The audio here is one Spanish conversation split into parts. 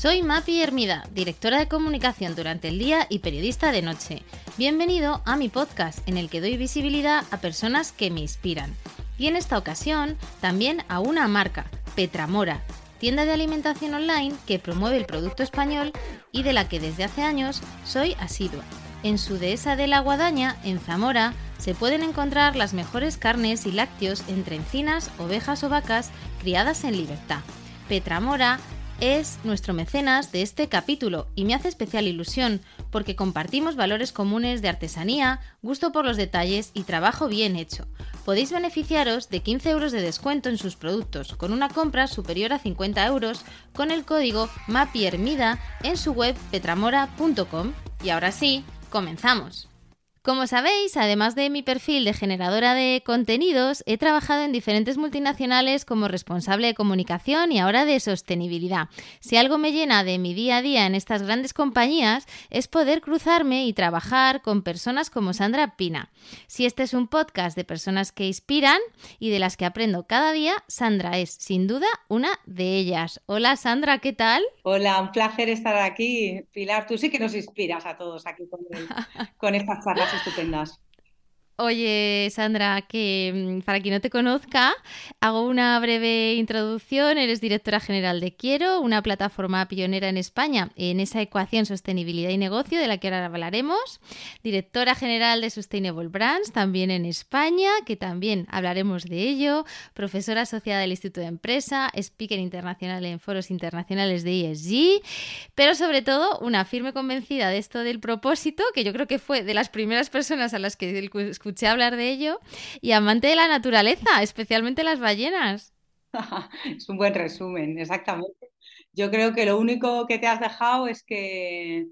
Soy Mapi Hermida, directora de comunicación durante el día y periodista de noche. Bienvenido a mi podcast, en el que doy visibilidad a personas que me inspiran. Y en esta ocasión, también a una marca, Petramora, tienda de alimentación online que promueve el producto español y de la que desde hace años soy asidua. En su dehesa de la Guadaña, en Zamora, se pueden encontrar las mejores carnes y lácteos entre encinas, ovejas o vacas criadas en libertad. Petramora es nuestro mecenas de este capítulo y me hace especial ilusión porque compartimos valores comunes de artesanía, gusto por los detalles y trabajo bien hecho. Podéis beneficiaros de 15 euros de descuento en sus productos con una compra superior a 50 euros con el código MAPIHERMIDA en su web petramora.com. Y ahora sí, comenzamos. Como sabéis, además de mi perfil de generadora de contenidos, he trabajado en diferentes multinacionales como responsable de comunicación y ahora de sostenibilidad. Si algo me llena de mi día a día en estas grandes compañías es poder cruzarme y trabajar con personas como Sandra Pina. Si este es un podcast de personas que inspiran y de las que aprendo cada día, Sandra es sin duda una de ellas. Hola Sandra, ¿qué tal? Hola, un placer estar aquí. Pilar, tú sí que nos inspiras a todos aquí con estas charlas estupendas. Oye, Sandra, que para quien no te conozca, hago una breve introducción. Eres directora general de Quiero, una plataforma pionera en España en esa ecuación sostenibilidad y negocio de la que ahora hablaremos. Directora general de Sustainable Brands, también en España, que también hablaremos de ello. Profesora asociada del Instituto de Empresa, speaker internacional en foros internacionales de ESG, pero sobre todo una firme convencida de esto del propósito, que yo creo que fue de las primeras personas a las que escuché hablar de ello, y amante de la naturaleza, especialmente las ballenas. Es un buen resumen, exactamente. Yo creo que lo único que te has dejado es que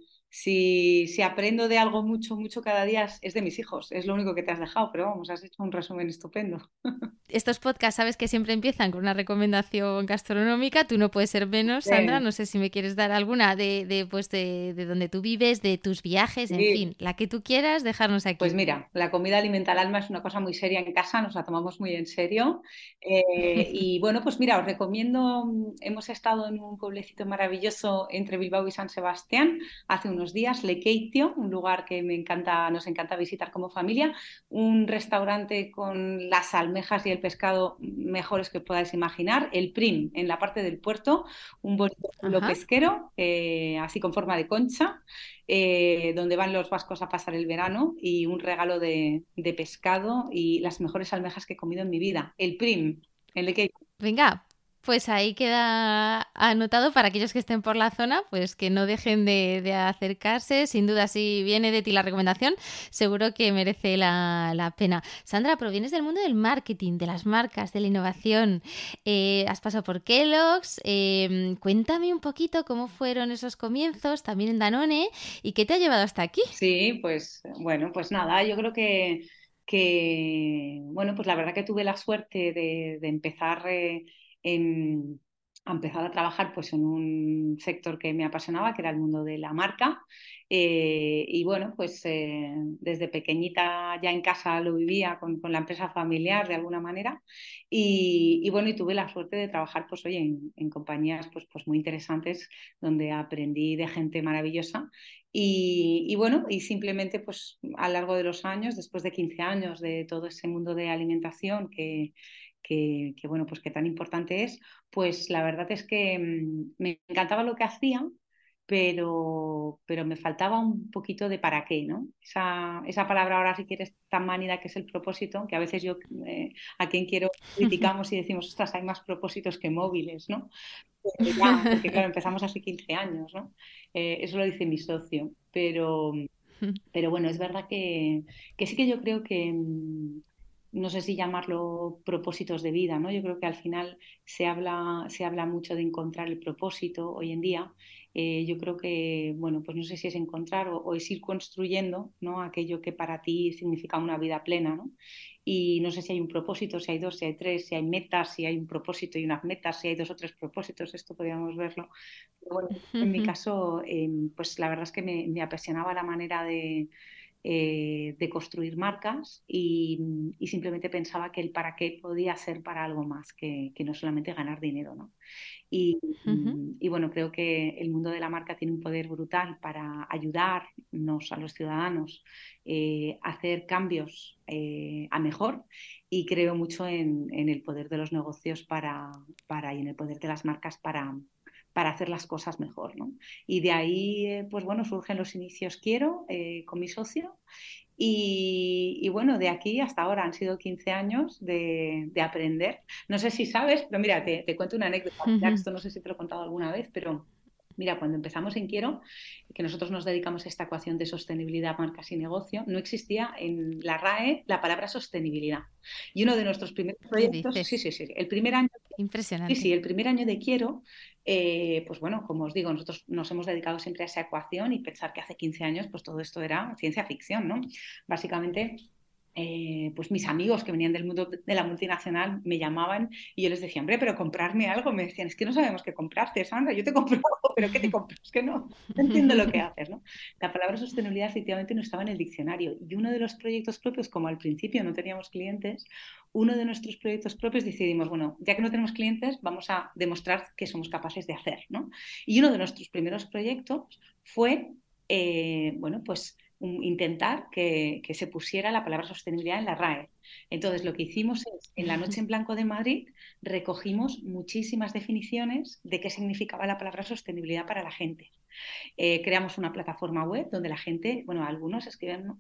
si aprendo de algo mucho, mucho cada día es de mis hijos. Es lo único que te has dejado, pero vamos, has hecho un resumen estupendo. Estos podcasts, sabes que siempre empiezan con una recomendación gastronómica. Tú no puedes ser menos, Sandra. Bien, No sé si me quieres dar alguna de donde tú vives, de tus viajes, en sí. fin, la que tú quieras, dejarnos Pues aquí. mira, la comida alimenta al alma es una cosa muy seria en casa, nos la tomamos muy en serio. Y bueno, pues mira, os recomiendo, hemos estado en un pueblecito maravilloso entre Bilbao y San Sebastián hace unos días, Lekeitio, un lugar que me encanta, nos encanta visitar como familia, un restaurante con las almejas y el pescado mejores que podáis imaginar, el Prim, en la parte del puerto, un bonito pueblo Ajá. pesquero, así con forma de concha donde van los vascos a pasar el verano y un regalo de pescado y las mejores almejas que he comido en mi vida. El Prim, el de Keiko. Venga, pues ahí queda anotado para aquellos que estén por la zona, pues que no dejen de acercarse. Sin duda, si viene de ti la recomendación, seguro que merece la pena. Sandra, provienes del mundo del marketing, de las marcas, de la innovación. Has pasado por Kellogg's. Cuéntame un poquito cómo fueron esos comienzos, también en Danone, y qué te ha llevado hasta aquí. Sí, pues bueno, pues nada, yo creo bueno, pues la verdad que tuve la suerte de empezar en, a empezar a trabajar pues en un sector que me apasionaba, que era el mundo de la marca. Y bueno, pues desde pequeñita ya en casa lo vivía con la empresa familiar de alguna manera. Y bueno, y tuve la suerte de trabajar pues hoy en compañías pues muy interesantes donde aprendí de gente maravillosa y bueno, y simplemente pues a lo largo de los años, después de 15 años de todo ese mundo de alimentación bueno, pues que tan importante es, pues la verdad es que me encantaba lo que hacía, pero me faltaba un poquito de para qué, ¿no? Esa palabra ahora si quieres tan manida que es el propósito, que a veces yo a quien quiero criticamos y decimos, ostras, hay más propósitos que móviles, ¿no? Ya, porque claro, empezamos hace 15 años, ¿no? Eso lo dice mi socio, pero bueno, es verdad que sí que yo creo que, no sé si llamarlo propósitos de vida, ¿no? Yo creo que al final se habla mucho de encontrar el propósito hoy en día. Yo creo que, bueno, pues no sé si es encontrar o es ir construyendo, ¿no? Aquello que para ti significa una vida plena, ¿no? Y no sé si hay un propósito, si hay dos, si hay tres, si hay metas, si hay un propósito y unas metas, si hay dos o tres propósitos, esto podríamos verlo. Pero bueno, en mi caso, pues la verdad es que me apasionaba la manera de construir marcas y simplemente pensaba que el para qué podía ser para algo más que no solamente ganar dinero, ¿no? Y, Ujú. y, bueno, creo que el mundo de la marca tiene un poder brutal para ayudarnos a los ciudadanos a hacer cambios a mejor y creo mucho en el poder de los negocios y en el poder de las marcas para hacer las cosas mejor, ¿no? Y de ahí, pues bueno, surgen los inicios Quiero con mi socio y bueno, de aquí hasta ahora han sido 15 años de aprender. No sé si sabes, pero mira, te cuento una anécdota. Ya que Ujú. esto no sé si te lo he contado alguna vez, pero mira, cuando empezamos en Quiero, que nosotros nos dedicamos a esta ecuación de sostenibilidad, marcas y negocio, no existía en la RAE la palabra sostenibilidad. Y uno de nuestros primeros ¿Qué proyectos, sí, dices? sí, sí, el primer año, sí, Impresionante. sí, el primer año de Quiero, pues bueno, como os digo, nosotros nos hemos dedicado siempre a esa ecuación y pensar que hace 15 años pues todo esto era ciencia ficción, ¿no? Básicamente, pues mis amigos que venían del mundo de la multinacional me llamaban y yo les decía, hombre, pero comprarme algo. Me decían, es que no sabemos qué comprarte, Sandra, yo te compro algo, pero ¿qué te compro? Es que no entiendo lo que haces, ¿no? La palabra sostenibilidad efectivamente no estaba en el diccionario y uno de los proyectos propios, como al principio no teníamos clientes, uno de nuestros proyectos propios decidimos, bueno, ya que no tenemos clientes, vamos a demostrar que somos capaces de hacer, ¿no? Y uno de nuestros primeros proyectos fue, bueno, pues intentar que se pusiera la palabra sostenibilidad en la RAE. Entonces, lo que hicimos es, en la Noche en Blanco de Madrid, recogimos muchísimas definiciones de qué significaba la palabra sostenibilidad para la gente. Creamos una plataforma web donde la gente, bueno, algunos escriben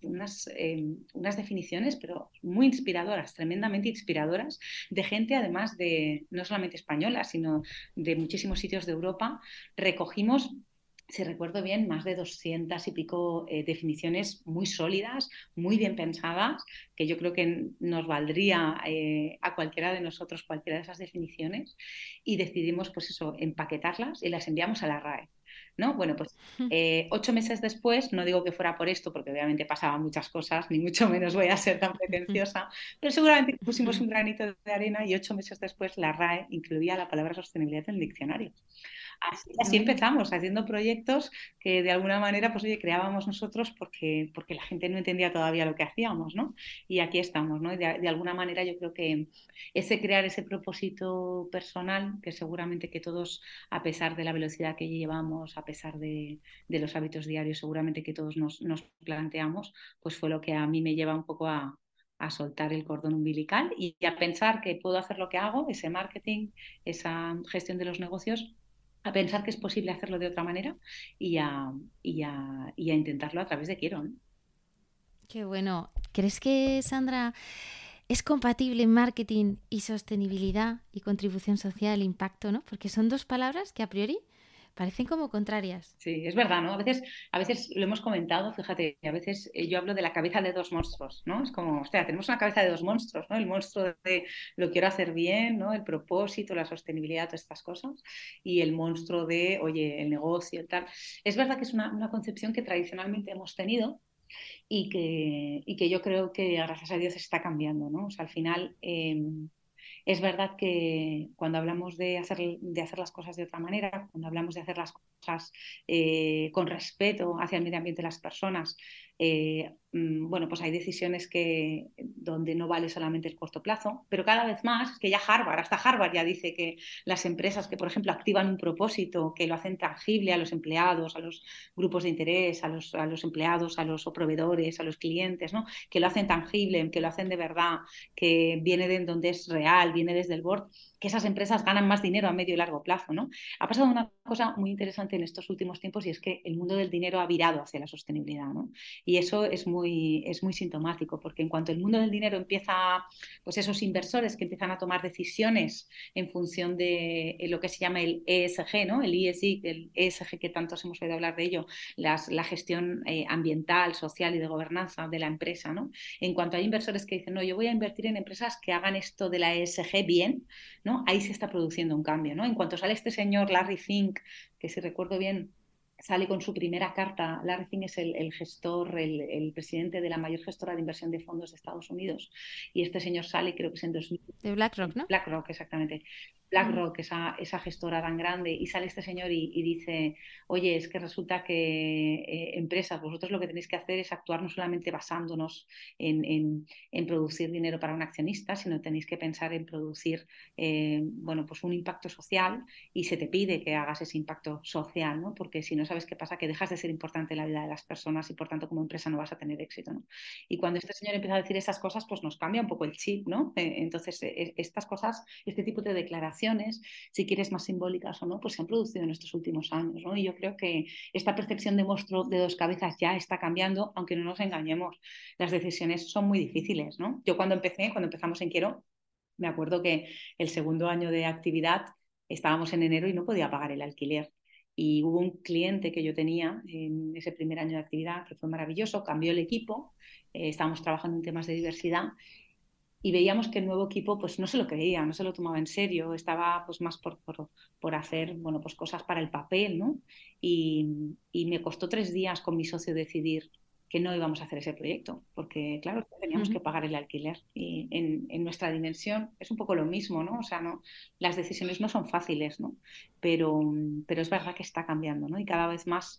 unas definiciones, pero muy inspiradoras, tremendamente inspiradoras, de gente además de, no solamente española, sino de muchísimos sitios de Europa. Recogimos, si recuerdo bien, más de 200 y pico definiciones muy sólidas, muy bien pensadas, que yo creo que nos valdría a cualquiera de nosotros cualquiera de esas definiciones, y decidimos, pues eso, empaquetarlas y las enviamos a la RAE. ¿No? Bueno, pues 8 meses después, no digo que fuera por esto, porque obviamente pasaban muchas cosas, ni mucho menos voy a ser tan pretenciosa, pero seguramente pusimos un granito de arena y 8 meses después la RAE incluía la palabra sostenibilidad en el diccionario. Así Bueno, empezamos, haciendo proyectos que de alguna manera, pues oye, creábamos nosotros porque la gente no entendía todavía lo que hacíamos, ¿no? Y aquí estamos, ¿no? Y de alguna manera yo creo que crear ese propósito personal, que seguramente que todos, a pesar de la velocidad que llevamos, a pesar de los hábitos diarios, seguramente que todos nos planteamos, pues fue lo que a mí me lleva un poco a soltar el cordón umbilical y a pensar que puedo hacer lo que hago, ese marketing, esa gestión de los negocios, a pensar que es posible hacerlo de otra manera y a intentarlo a través de Quiero, ¿no? qué bueno. ¿Crees que, Sandra, es compatible marketing y sostenibilidad y contribución social, impacto, ¿no? Porque son dos palabras que a priori parecen como contrarias. Sí, es verdad, ¿no? A veces lo hemos comentado, fíjate, a veces yo hablo de la cabeza de dos monstruos, ¿no? Es como, hostia, tenemos una cabeza de dos monstruos, ¿no? El monstruo de lo quiero hacer bien, ¿no? El propósito, la sostenibilidad, todas estas cosas, y el monstruo de, oye, el negocio y tal. Es verdad que es una concepción que tradicionalmente hemos tenido y que yo creo que gracias a Dios está cambiando, ¿no? O sea, al final es verdad que cuando hablamos de hacer las cosas de otra manera, cuando hablamos de hacer las cosas con respeto hacia el medio ambiente de las personas, bueno, pues hay decisiones donde no vale solamente el corto plazo, pero cada vez más, que ya hasta Harvard ya dice que las empresas que, por ejemplo, activan un propósito, que lo hacen tangible a los empleados, a los grupos de interés, a los empleados, a los proveedores, a los clientes, ¿no? Que lo hacen tangible, que lo hacen de verdad, que viene de donde es real, viene desde el board, que esas empresas ganan más dinero a medio y largo plazo, ¿no? Ha pasado una cosa muy interesante en estos últimos tiempos y es que el mundo del dinero ha virado hacia la sostenibilidad, ¿no? Y eso es muy sintomático, porque en cuanto el mundo del dinero empieza, pues esos inversores que empiezan a tomar decisiones en función de lo que se llama el ESG, ¿no? El ESG que tantos hemos oído hablar de ello, la gestión ambiental, social y de gobernanza de la empresa, ¿no? En cuanto hay inversores que dicen, no, yo voy a invertir en empresas que hagan esto de la ESG bien, ¿no? Ahí se está produciendo un cambio, ¿no? En cuanto sale este señor Larry Fink, que si recuerdo bien, sale con su primera carta. Larry Fink es el gestor, el presidente de la mayor gestora de inversión de fondos de Estados Unidos. Y este señor sale, creo que es en 2000, De BlackRock, ¿no? BlackRock, exactamente. BlackRock, esa gestora tan grande, y sale este señor y dice, oye, es que resulta que empresas, vosotros lo que tenéis que hacer es actuar no solamente basándonos en producir dinero para un accionista, sino tenéis que pensar en producir bueno, pues un impacto social, y se te pide que hagas ese impacto social, ¿no? Porque si no, sabes qué pasa, que dejas de ser importante en la vida de las personas y por tanto como empresa no vas a tener éxito, ¿no? Y cuando este señor empieza a decir esas cosas, pues nos cambia un poco el chip, ¿no? Entonces, estas cosas, este tipo de declaraciones, si quieres más simbólicas o no, pues se han producido en estos últimos años, ¿no? Y yo creo que esta percepción de monstruo de dos cabezas ya está cambiando, aunque no nos engañemos. Las decisiones son muy difíciles, ¿no? Yo cuando empezamos en Quiero, me acuerdo que el segundo año de actividad estábamos en enero y no podía pagar el alquiler. Y hubo un cliente que yo tenía en ese primer año de actividad que fue maravilloso, cambió el equipo, estábamos trabajando en temas de diversidad y veíamos que el nuevo equipo pues no se lo creía, no se lo tomaba en serio, estaba pues más por hacer bueno, pues cosas para el papel, ¿no? Y me costó 3 días con mi socio decidir que no íbamos a hacer ese proyecto, porque claro, teníamos que pagar el alquiler y en nuestra dimensión es un poco lo mismo, ¿no? O sea, no, las decisiones no son fáciles, ¿no? Pero es verdad que está cambiando, ¿no? Y cada vez más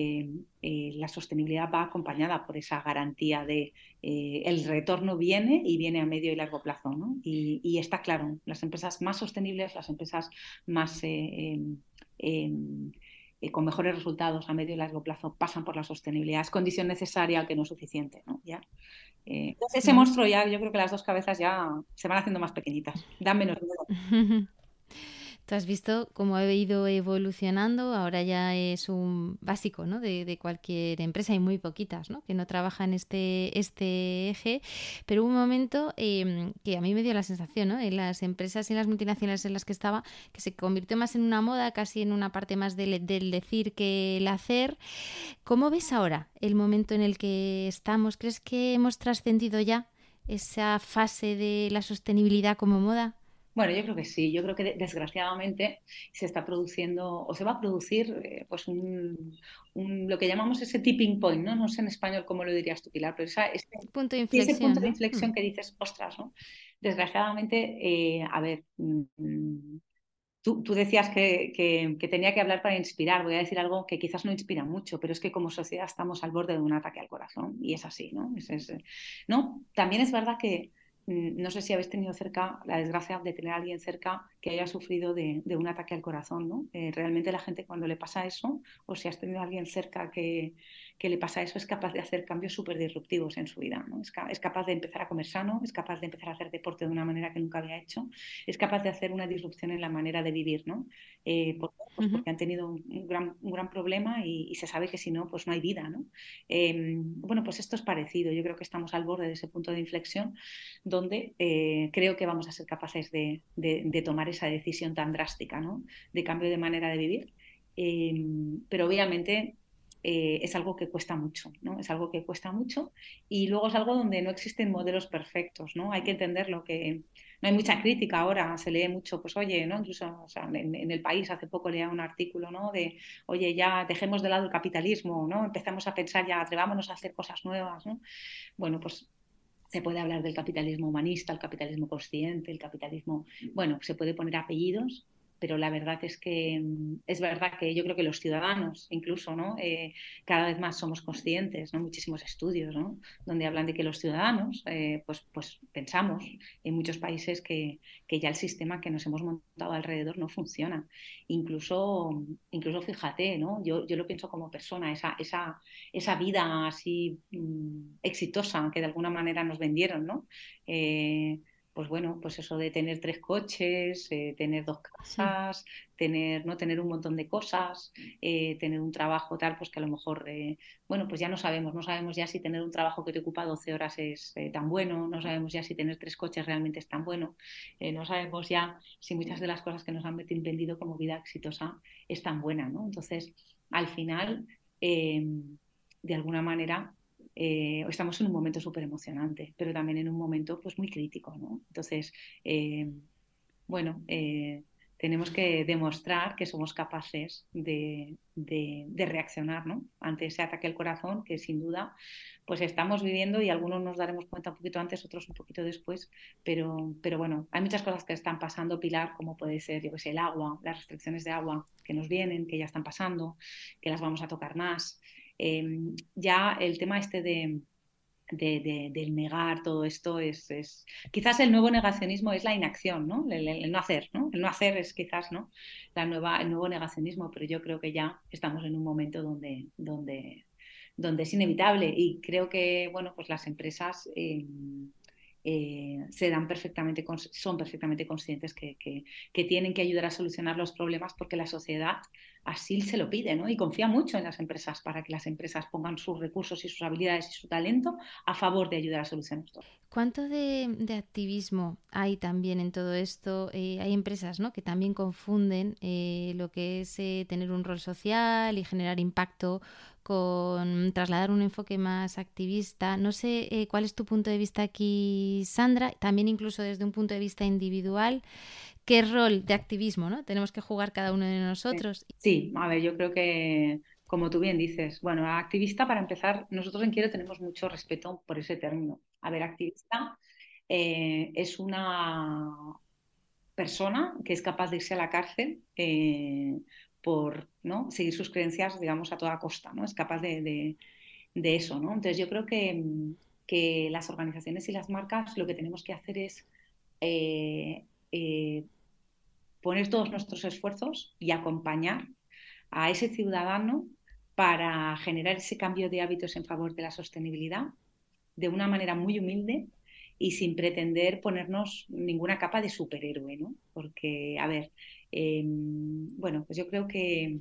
la sostenibilidad va acompañada por esa garantía de el retorno viene y viene a medio y largo plazo, ¿no? Y está claro, las empresas más sostenibles, las empresas más eh, con mejores resultados a medio y largo plazo pasan por la sostenibilidad. Es condición necesaria que no es suficiente, ¿no? ¿Ya? Entonces ese monstruo ya, yo creo que las dos cabezas ya se van haciendo más pequeñitas, dan menos miedo. Tú has visto cómo ha ido evolucionando, ahora ya es un básico, ¿no? de cualquier empresa, hay muy poquitas, ¿no? Que no trabajan este eje, pero hubo un momento que a mí me dio la sensación, ¿no? En las empresas y en las multinacionales en las que estaba, que se convirtió más en una moda, casi en una parte más del decir que el hacer. ¿Cómo ves ahora el momento en el que estamos? ¿Crees que hemos trascendido ya esa fase de la sostenibilidad como moda? Bueno, yo creo que sí. Yo creo que desgraciadamente se está produciendo o se va a producir pues lo que llamamos ese tipping point, ¿no? No sé en español cómo lo dirías tú, Pilar, pero Punto de ese punto inflexión, de ¿no? inflexión que dices, ostras, ¿no? Desgraciadamente, a ver, tú decías que tenía que hablar para inspirar. Voy a decir algo que quizás no inspira mucho, pero es que como sociedad estamos al borde de un ataque al corazón y es así, ¿no? ¿no? También es verdad que no sé si habéis tenido cerca la desgracia de tener a alguien cerca que haya sufrido de un ataque al corazón, ¿no? Realmente la gente cuando le pasa eso, o si has tenido a alguien cerca que le pasa eso, es capaz de hacer cambios súper disruptivos en su vida, ¿no? Es capaz de empezar a comer sano, es capaz de empezar a hacer deporte de una manera que nunca había hecho, es capaz de hacer una disrupción en la manera de vivir, ¿no? ¿Por qué? Pues Ujú. porque han tenido un gran problema y se sabe que si no, pues no hay vida, ¿no? Bueno, pues esto es parecido. Yo creo que estamos al borde de ese punto de inflexión donde creo que vamos a ser capaces de tomar esa decisión tan drástica, ¿no? De cambio de manera de vivir. Pero obviamente es algo que cuesta mucho, ¿no? Es algo que cuesta mucho y luego es algo donde no existen modelos perfectos, ¿no? Hay que entenderlo que no hay mucha crítica ahora, se lee mucho, pues oye, ¿no? Incluso o sea, en El País hace poco leía un artículo, ¿no? De, oye, ya dejemos de lado el capitalismo, ¿no? Empezamos a pensar ya, atrevámonos a hacer cosas nuevas, ¿no? Bueno, pues se puede hablar del capitalismo humanista, el capitalismo consciente, el capitalismo, bueno, se puede poner apellidos, pero la verdad es que es verdad que yo creo que los ciudadanos, incluso, ¿no? Cada vez más somos conscientes, ¿no? Muchísimos estudios, ¿no? Donde hablan de que los ciudadanos, pues pensamos en muchos países que ya el sistema que nos hemos montado alrededor no funciona. Incluso fíjate, ¿no? Yo lo pienso como persona, esa vida así exitosa que de alguna manera nos vendieron, ¿no? Pues bueno, pues eso de tener 3 coches, tener 2 casas, ¿no? Tener un montón de cosas, tener un trabajo tal, pues que a lo mejor, bueno, pues ya no sabemos ya si tener un trabajo que te ocupa 12 horas es tan bueno, no sabemos ya si tener 3 coches realmente es tan bueno, no sabemos ya si muchas de las cosas que nos han vendido como vida exitosa es tan buena, ¿no? Entonces, al final, de alguna manera, estamos en un momento súper emocionante, pero también en un momento pues muy crítico, ¿no? Entonces, bueno, tenemos que demostrar que somos capaces de reaccionar, ¿no? Ante ese ataque al corazón que sin duda pues estamos viviendo y algunos nos daremos cuenta un poquito antes, otros un poquito después, pero bueno, hay muchas cosas que están pasando, Pilar, como puede ser, yo qué sé, el agua, las restricciones de agua que nos vienen, que ya están pasando, que las vamos a tocar más. Ya el tema este del negar todo esto quizás el nuevo negacionismo es la inacción, ¿no? El no hacer, ¿no? El no hacer es quizás, ¿no? El nuevo negacionismo, pero yo creo que ya estamos en un momento donde es inevitable y creo que, bueno, pues las empresas son perfectamente conscientes que tienen que ayudar a solucionar los problemas porque la sociedad así se lo pide, ¿no? Y confía mucho en las empresas para que las empresas pongan sus recursos y sus habilidades y su talento a favor de ayudar a solucionar esto. ¿Cuánto de activismo hay también en todo esto? Hay empresas, ¿no?, que también confunden lo que es tener un rol social y generar impacto con trasladar un enfoque más activista. No sé cuál es tu punto de vista aquí, Sandra, también incluso desde un punto de vista individual. ¿Qué rol de activismo, ¿no?, tenemos que jugar cada uno de nosotros? Sí, a ver, yo creo que, como tú bien dices, bueno, activista, para empezar, nosotros en Quiero tenemos mucho respeto por ese término. A ver, activista es una persona que es capaz de irse a la cárcel por, ¿no?, seguir sus creencias, digamos, a toda costa, ¿no? Es capaz de eso, ¿no? Entonces yo creo que las organizaciones y las marcas lo que tenemos que hacer es eh, eh, poner todos nuestros esfuerzos y acompañar a ese ciudadano para generar ese cambio de hábitos en favor de la sostenibilidad de una manera muy humilde y sin pretender ponernos ninguna capa de superhéroe, ¿no? Porque, a ver, bueno, pues yo creo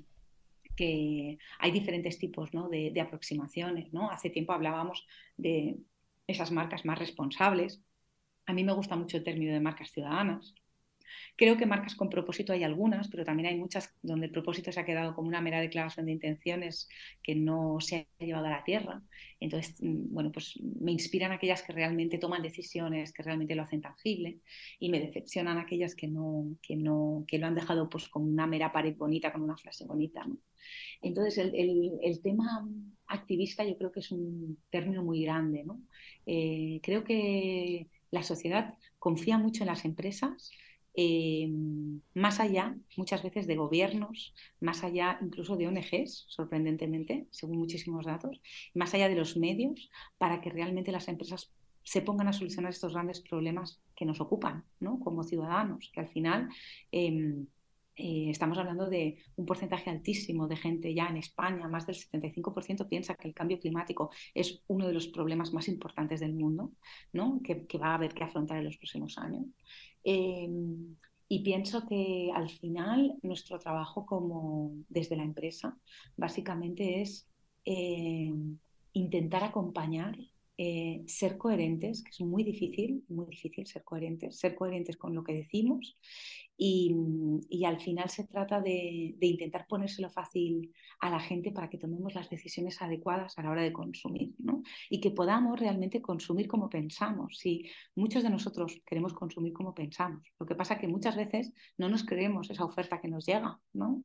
que hay diferentes tipos, ¿no?, de aproximaciones, ¿no? Hace tiempo hablábamos de esas marcas más responsables. A mí me gusta mucho el término de marcas ciudadanas. Creo que marcas con propósito hay algunas, pero también hay muchas donde el propósito se ha quedado como una mera declaración de intenciones que no se ha llevado a la tierra. Entonces, bueno, pues me inspiran aquellas que realmente toman decisiones, que realmente lo hacen tangible, y me decepcionan aquellas que lo han dejado pues como una mera pared bonita, con una frase bonita, ¿no? Entonces, el tema activista yo creo que es un término muy grande, ¿no? Creo que la sociedad confía mucho en las empresas, eh, más allá muchas veces de gobiernos, más allá incluso de ONGs, sorprendentemente, según muchísimos datos, más allá de los medios, para que realmente las empresas se pongan a solucionar estos grandes problemas que nos ocupan, ¿no?, como ciudadanos, que al final estamos hablando de un porcentaje altísimo de gente ya en España, más del 75% piensa que el cambio climático es uno de los problemas más importantes del mundo, ¿no?, que va a haber que afrontar en los próximos años. Eh, y pienso que al final nuestro trabajo desde la empresa básicamente es intentar acompañar, ser coherentes, que es muy difícil ser coherentes con lo que decimos y al final se trata de intentar ponérselo fácil a la gente para que tomemos las decisiones adecuadas a la hora de consumir, ¿no? Y que podamos realmente consumir como pensamos. Si muchos de nosotros queremos consumir como pensamos, lo que pasa es que muchas veces no nos creemos esa oferta que nos llega, ¿no?,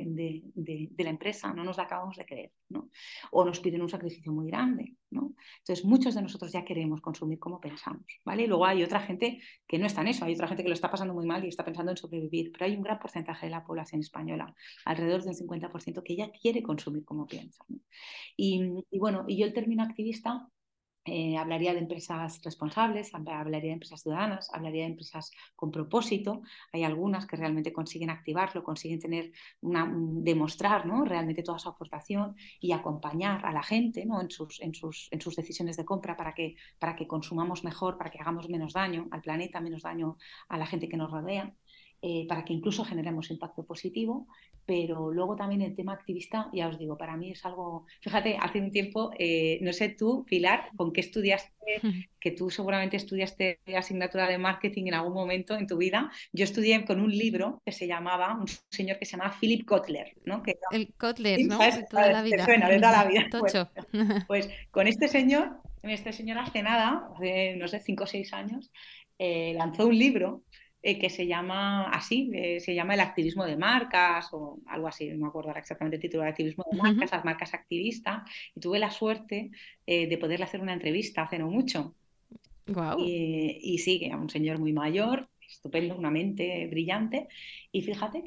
de la empresa, no nos la acabamos de creer, ¿no? O nos piden un sacrificio muy grande, ¿no? Entonces muchos de nosotros ya queremos consumir como pensamos, ¿vale? Y luego hay otra gente que no está en eso, hay otra gente que lo está pasando muy mal y está pensando en sobrevivir, pero hay un gran porcentaje de la población española, alrededor del 50%, que ya quiere consumir como piensa, ¿no? Y bueno, y yo el término activista hablaría de empresas responsables, hablaría de empresas ciudadanas, hablaría de empresas con propósito. Hay algunas que realmente consiguen activarlo, consiguen demostrar, ¿no?, realmente toda su aportación y acompañar a la gente, ¿no?, en sus decisiones de compra para que consumamos mejor, para que hagamos menos daño al planeta, menos daño a la gente que nos rodea. Para que incluso generemos impacto positivo, pero luego también el tema activista, ya os digo, para mí es algo, fíjate, hace un tiempo, no sé tú, Pilar, con qué estudiaste, que tú seguramente estudiaste asignatura de marketing en algún momento en tu vida. Yo estudié con un libro que se llamaba, un señor que se llamaba Philip Kotler, ¿no? El Kotler, ¿no?, ¿Sabes? de toda la Te vida. suena de toda la vida. Tocho. Pues con este señor hace nada, hace no sé, 5 o 6 años, lanzó un libro que se llama así, se llama el activismo de marcas o algo así, no me acuerdo ahora exactamente el título, el activismo de marcas, las marcas activistas, y tuve la suerte de poderle hacer una entrevista hace no mucho. Guau. Y sí, que era un señor muy mayor, estupendo, una mente brillante. Y fíjate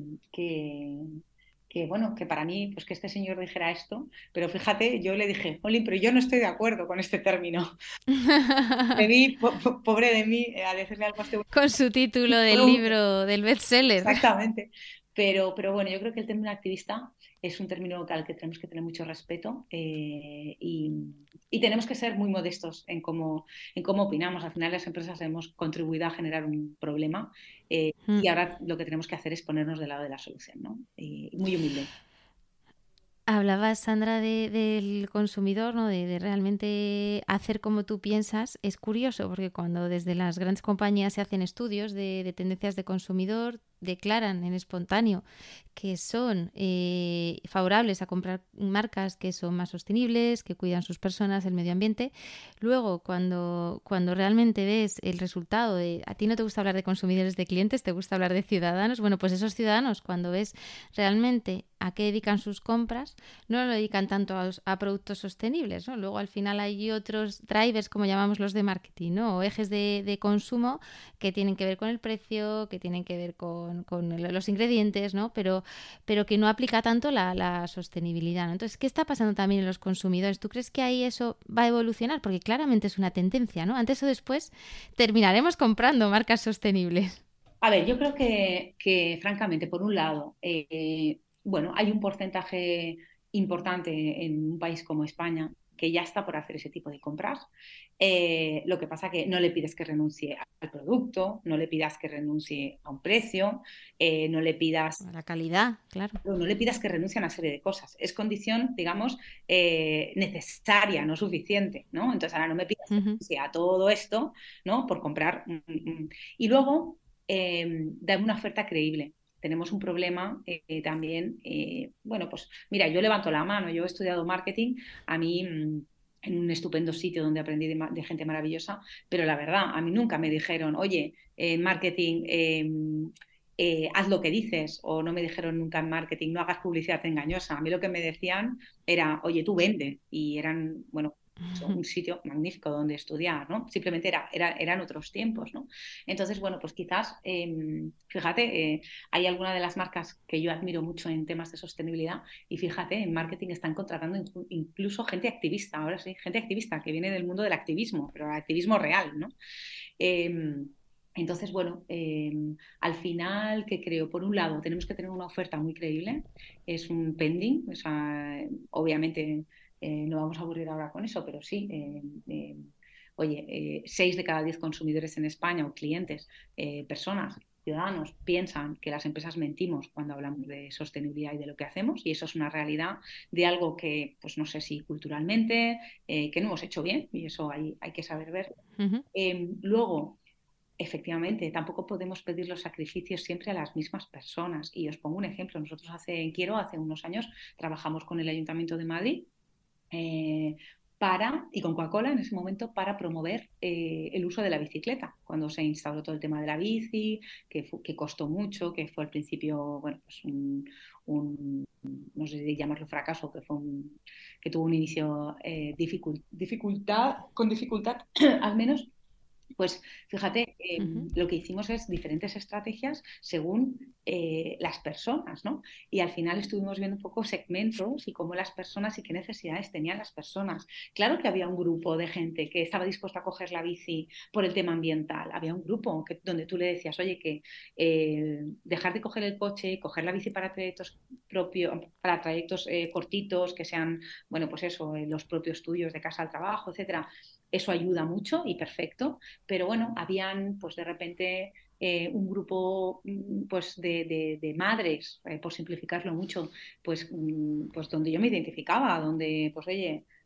bueno, que para mí, pues que este señor dijera esto, pero fíjate, yo le dije, Oli, pero yo no estoy de acuerdo con este término. De mí, pobre de mí, a decirle algo a este Con su título del libro del bestseller. exactamente. Pero bueno, yo creo que el término activista es un término al que tenemos que tener mucho respeto y tenemos que ser muy modestos en cómo opinamos. Al final las empresas hemos contribuido a generar un problema y ahora lo que tenemos que hacer es ponernos del lado de la solución, ¿no? Y muy humilde. Hablabas, Sandra, del consumidor, ¿no? De realmente hacer como tú piensas. Es curioso porque cuando desde las grandes compañías se hacen estudios de tendencias de consumidor, declaran en espontáneo que son favorables a comprar marcas que son más sostenibles, que cuidan sus personas, el medio ambiente. Luego, cuando realmente ves el resultado de... A ti no te gusta hablar de consumidores, de clientes, te gusta hablar de ciudadanos. Bueno, pues esos ciudadanos, cuando ves realmente a qué dedican sus compras, no lo dedican tanto a productos sostenibles, ¿no? Luego al final hay otros drivers, como llamamos los de marketing, ¿no? O ejes de consumo que tienen que ver con el precio, que tienen que ver con los ingredientes, ¿no? Pero que no aplica tanto la sostenibilidad, ¿no? Entonces, ¿qué está pasando también en los consumidores? ¿Tú crees que ahí eso va a evolucionar? Porque claramente es una tendencia, ¿no? Antes o después terminaremos comprando marcas sostenibles. A ver, yo creo que francamente, por un lado, bueno, hay un porcentaje importante en un país como España que ya está por hacer ese tipo de compras. Lo que pasa que no le pides que renuncie al producto, no le pidas que renuncie a un precio, no le pidas La calidad, claro. no le pidas que renuncie a una serie de cosas. Es condición, digamos, necesaria, no suficiente, ¿no? Entonces ahora no me pidas que Uh-huh. renuncie a todo esto, ¿no? Por comprar. Y luego, dame una oferta creíble. Tenemos un problema también, bueno, pues mira, yo levanto la mano, yo he estudiado marketing, a mí en un estupendo sitio donde aprendí de gente maravillosa, pero la verdad, a mí nunca me dijeron, oye, marketing, haz lo que dices, o no me dijeron nunca en marketing, no hagas publicidad engañosa. A mí lo que me decían era, oye, tú vende, y eran, bueno, un sitio magnífico donde estudiar, ¿no? Simplemente eran otros tiempos, ¿no? Entonces, bueno, pues quizás, fíjate, hay alguna de las marcas que yo admiro mucho en temas de sostenibilidad y fíjate, en marketing están contratando incluso gente activista, ahora sí, gente activista que viene del mundo del activismo, pero el activismo real, ¿no? Entonces, bueno, al final, ¿qué creo? Por un lado, tenemos que tener una oferta muy creíble, es un pending, o sea, obviamente no vamos a aburrir ahora con eso, pero sí, oye, 6 de cada 10 consumidores en España o clientes, personas, ciudadanos, piensan que las empresas mentimos cuando hablamos de sostenibilidad y de lo que hacemos, y eso es una realidad de algo que, pues no sé si culturalmente, que no hemos hecho bien, y eso hay que saber ver. Uh-huh. Luego, efectivamente, tampoco podemos pedir los sacrificios siempre a las mismas personas. Y os pongo un ejemplo. Nosotros en Quiero, hace unos años, trabajamos con el Ayuntamiento de Madrid eh, y con Coca-Cola en ese momento para promover el uso de la bicicleta. Cuando se instauró todo el tema de la bici, que costó mucho, que fue al principio, bueno, pues no sé si llamarlo fracaso, que tuvo un inicio con dificultad, al menos pues fíjate, Uh-huh. lo que hicimos es diferentes estrategias según las personas, ¿no? Y al final estuvimos viendo un poco segmentos y cómo las personas y qué necesidades tenían las personas. Claro que había un grupo de gente que estaba dispuesta a coger la bici por el tema ambiental. Había un grupo donde tú le decías, oye, que dejar de coger el coche y coger la bici para trayectos para trayectos cortitos, que sean, bueno, pues eso, los propios tuyos de casa al trabajo, etcétera. Eso ayuda mucho y perfecto, pero bueno, habían pues de repente un grupo pues de madres, por simplificarlo mucho, pues donde yo me identificaba, donde pues oye,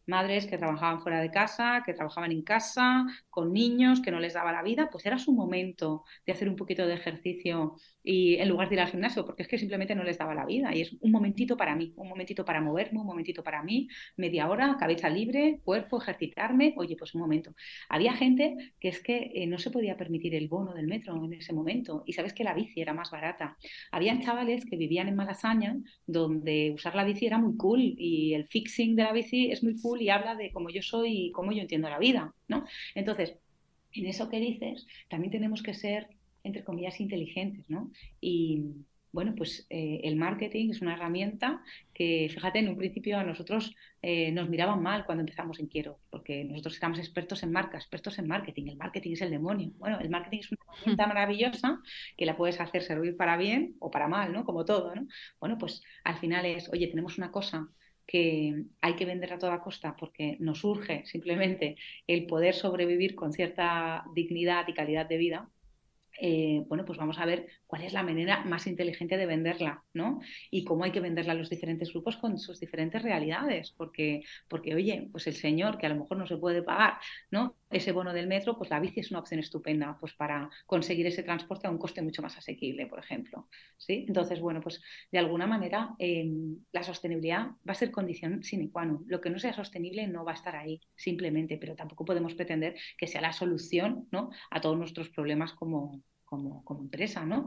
madres que trabajaban fuera de casa, que trabajaban en casa, con niños, que no les daba la vida, pues era su momento de hacer un poquito de ejercicio y en lugar de ir al gimnasio, porque es que simplemente no les daba la vida. Y es un momentito para mí, un momentito para moverme, un momentito para mí, media hora, cabeza libre, cuerpo, ejercitarme. Oye, pues un momento. Había gente que es que no se podía permitir el bono del metro en ese momento y sabes que la bici era más barata. Habían chavales que vivían en Malasaña donde usar la bici era muy cool y el fixing de la bici es muy cool y habla de cómo yo soy y cómo yo entiendo la vida, ¿no? Entonces, en eso que dices, también tenemos que ser, entre comillas, inteligentes, ¿no? Y bueno, pues el marketing es una herramienta que, fíjate, en un principio a nosotros nos miraban mal cuando empezamos en Quiero, porque nosotros éramos expertos en marca, expertos en marketing. El marketing es el demonio. Bueno, el marketing es una herramienta maravillosa que la puedes hacer servir para bien o para mal, ¿no? Como todo, ¿no? Bueno, pues al final es, oye, tenemos una cosa que hay que vender a toda costa porque nos urge simplemente el poder sobrevivir con cierta dignidad y calidad de vida, bueno, pues vamos a ver cuál es la manera más inteligente de venderla, ¿no? Y cómo hay que venderla a los diferentes grupos con sus diferentes realidades, porque oye, pues el señor que a lo mejor no se puede pagar, ¿no? Ese bono del metro, pues la bici es una opción estupenda, pues para conseguir ese transporte a un coste mucho más asequible, por ejemplo, ¿sí? Entonces, bueno, pues de alguna manera la sostenibilidad va a ser condición sine qua non. Lo que no sea sostenible no va a estar ahí, simplemente, pero tampoco podemos pretender que sea la solución, ¿no? A todos nuestros problemas como empresa, ¿no?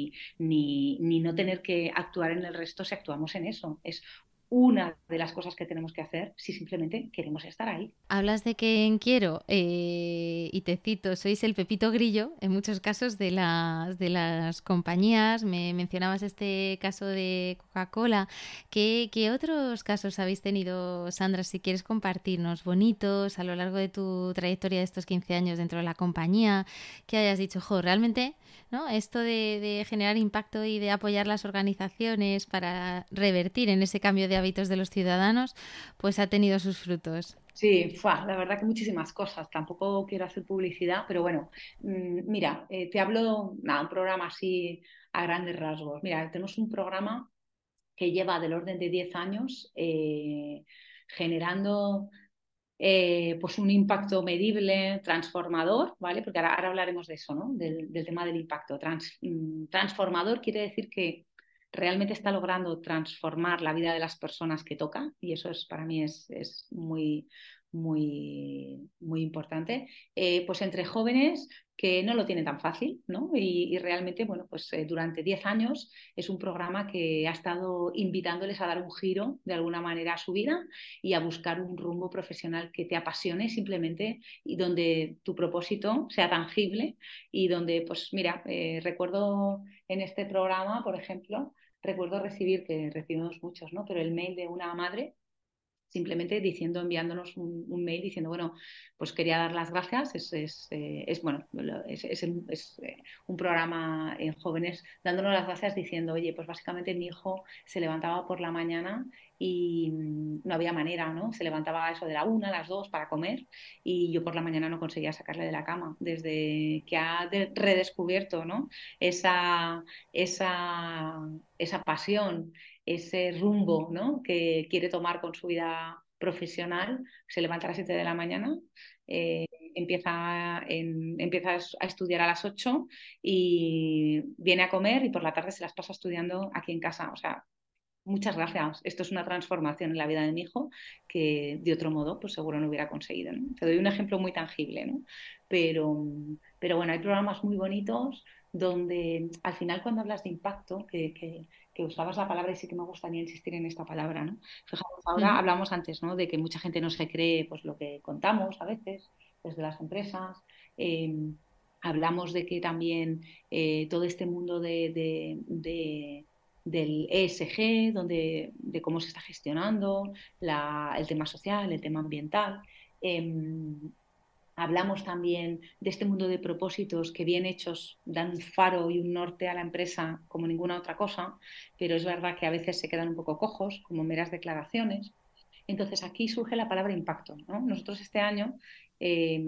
Ni no tener que actuar en el resto si actuamos en eso. Es una de las cosas que tenemos que hacer si simplemente queremos estar ahí. Hablas de que en Quiero, y te cito, sois el pepito grillo en muchos casos de las compañías. Me mencionabas este caso de Coca-Cola. ¿Qué otros casos habéis tenido, Sandra, si quieres compartirnos, bonitos, a lo largo de tu trayectoria de estos 15 años dentro de la compañía, que hayas dicho, jo, realmente, ¿no? Esto de generar impacto y de apoyar las organizaciones para revertir en ese cambio de hábitos de los ciudadanos, pues ha tenido sus frutos. Sí, la verdad que muchísimas cosas. Tampoco quiero hacer publicidad, pero bueno, mira, te hablo, nada, un programa así a grandes rasgos. Mira, tenemos un programa que lleva del orden de 10 años generando pues un impacto medible, transformador, ¿vale? Porque ahora hablaremos de eso, ¿no? Del tema del impacto. Transformador quiere decir que realmente está logrando transformar la vida de las personas que toca y eso es para mí es muy, muy importante. Pues entre jóvenes que no lo tienen tan fácil, ¿no? Y realmente, bueno, pues durante 10 años es un programa que ha estado invitándoles a dar un giro de alguna manera a su vida y a buscar un rumbo profesional que te apasione simplemente y donde tu propósito sea tangible y donde, pues mira, recuerdo en este programa, por ejemplo, recuerdo recibir, que recibimos muchos, ¿no? Pero el mail de una madre simplemente diciendo, enviándonos un mail diciendo, bueno, pues quería dar las gracias, bueno, es un programa en jóvenes dándonos las gracias diciendo, oye, pues básicamente mi hijo se levantaba por la mañana y no había manera, ¿no? Se levantaba a eso de la 1, a las 2 para comer y yo por la mañana no conseguía sacarle de la cama, desde que ha redescubierto, ¿no? Esa, esa, esa pasión, ese rumbo, ¿no? Que quiere tomar con su vida profesional, se levanta a las 7 de la mañana, eh, empieza a estudiar a las 8 y viene a comer y por la tarde se las pasa estudiando aquí en casa. O sea, muchas gracias. Esto es una transformación en la vida de mi hijo que de otro modo pues seguro no hubiera conseguido, ¿no? Te doy un ejemplo muy tangible, ¿no? Pero bueno, hay programas muy bonitos donde al final cuando hablas de impacto, que usabas la palabra y sí que me gustaría insistir en esta palabra, ¿no? Fijaos, ahora Ujú. hablamos antes, ¿no? De que mucha gente no se cree pues lo que contamos a veces desde las empresas. Eh, hablamos de que también todo este mundo del ESG, de cómo se está gestionando el tema social, el tema ambiental. Eh, hablamos también de este mundo de propósitos que bien hechos dan un faro y un norte a la empresa como ninguna otra cosa, pero es verdad que a veces se quedan un poco cojos, como meras declaraciones. Entonces aquí surge la palabra impacto, ¿no? Nosotros este año eh,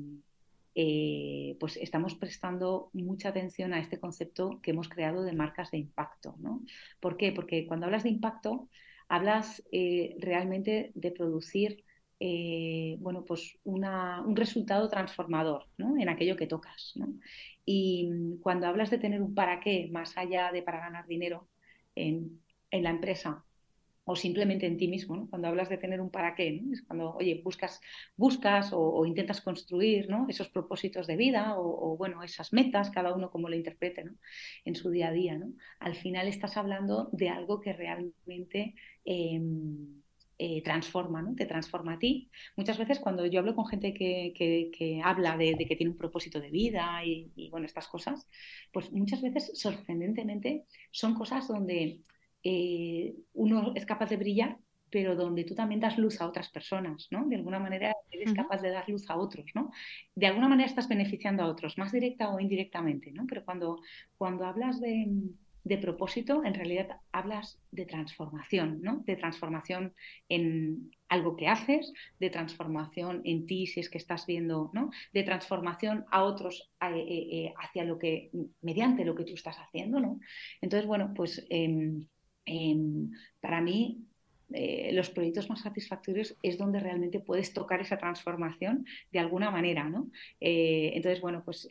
pues estamos prestando mucha atención a este concepto que hemos creado de marcas de impacto, ¿no? ¿Por qué? Porque cuando hablas de impacto, hablas realmente de producir bueno, pues un resultado transformador, ¿no? En aquello que tocas, ¿no? Y cuando hablas de tener un para qué, más allá de para ganar dinero en la empresa, o simplemente en ti mismo, ¿no? Cuando hablas de tener un para qué, ¿no? Es cuando, oye, buscas o intentas construir, ¿no? Esos propósitos de vida bueno, esas metas, cada uno como lo interprete, ¿no? En su día a día, ¿no? Al final estás hablando de algo que realmente eh, transforma, ¿no? Te transforma a ti. Muchas veces cuando yo hablo con gente que habla de que tiene un propósito de vida bueno, estas cosas, pues muchas veces, sorprendentemente, son cosas donde uno es capaz de brillar, pero donde tú también das luz a otras personas, ¿no? De alguna manera eres Ujú. capaz de dar luz a otros, ¿no? De alguna manera estás beneficiando a otros, más directa o indirectamente, ¿no? Pero cuando hablas de propósito, en realidad hablas de transformación, ¿no? De transformación en algo que haces, de transformación en ti si es que estás viendo, ¿no? De transformación a otros hacia mediante lo que tú estás haciendo, ¿no? Entonces, bueno, pues eh, para mí los proyectos más satisfactorios es donde realmente puedes tocar esa transformación de alguna manera, ¿no? Entonces, bueno, pues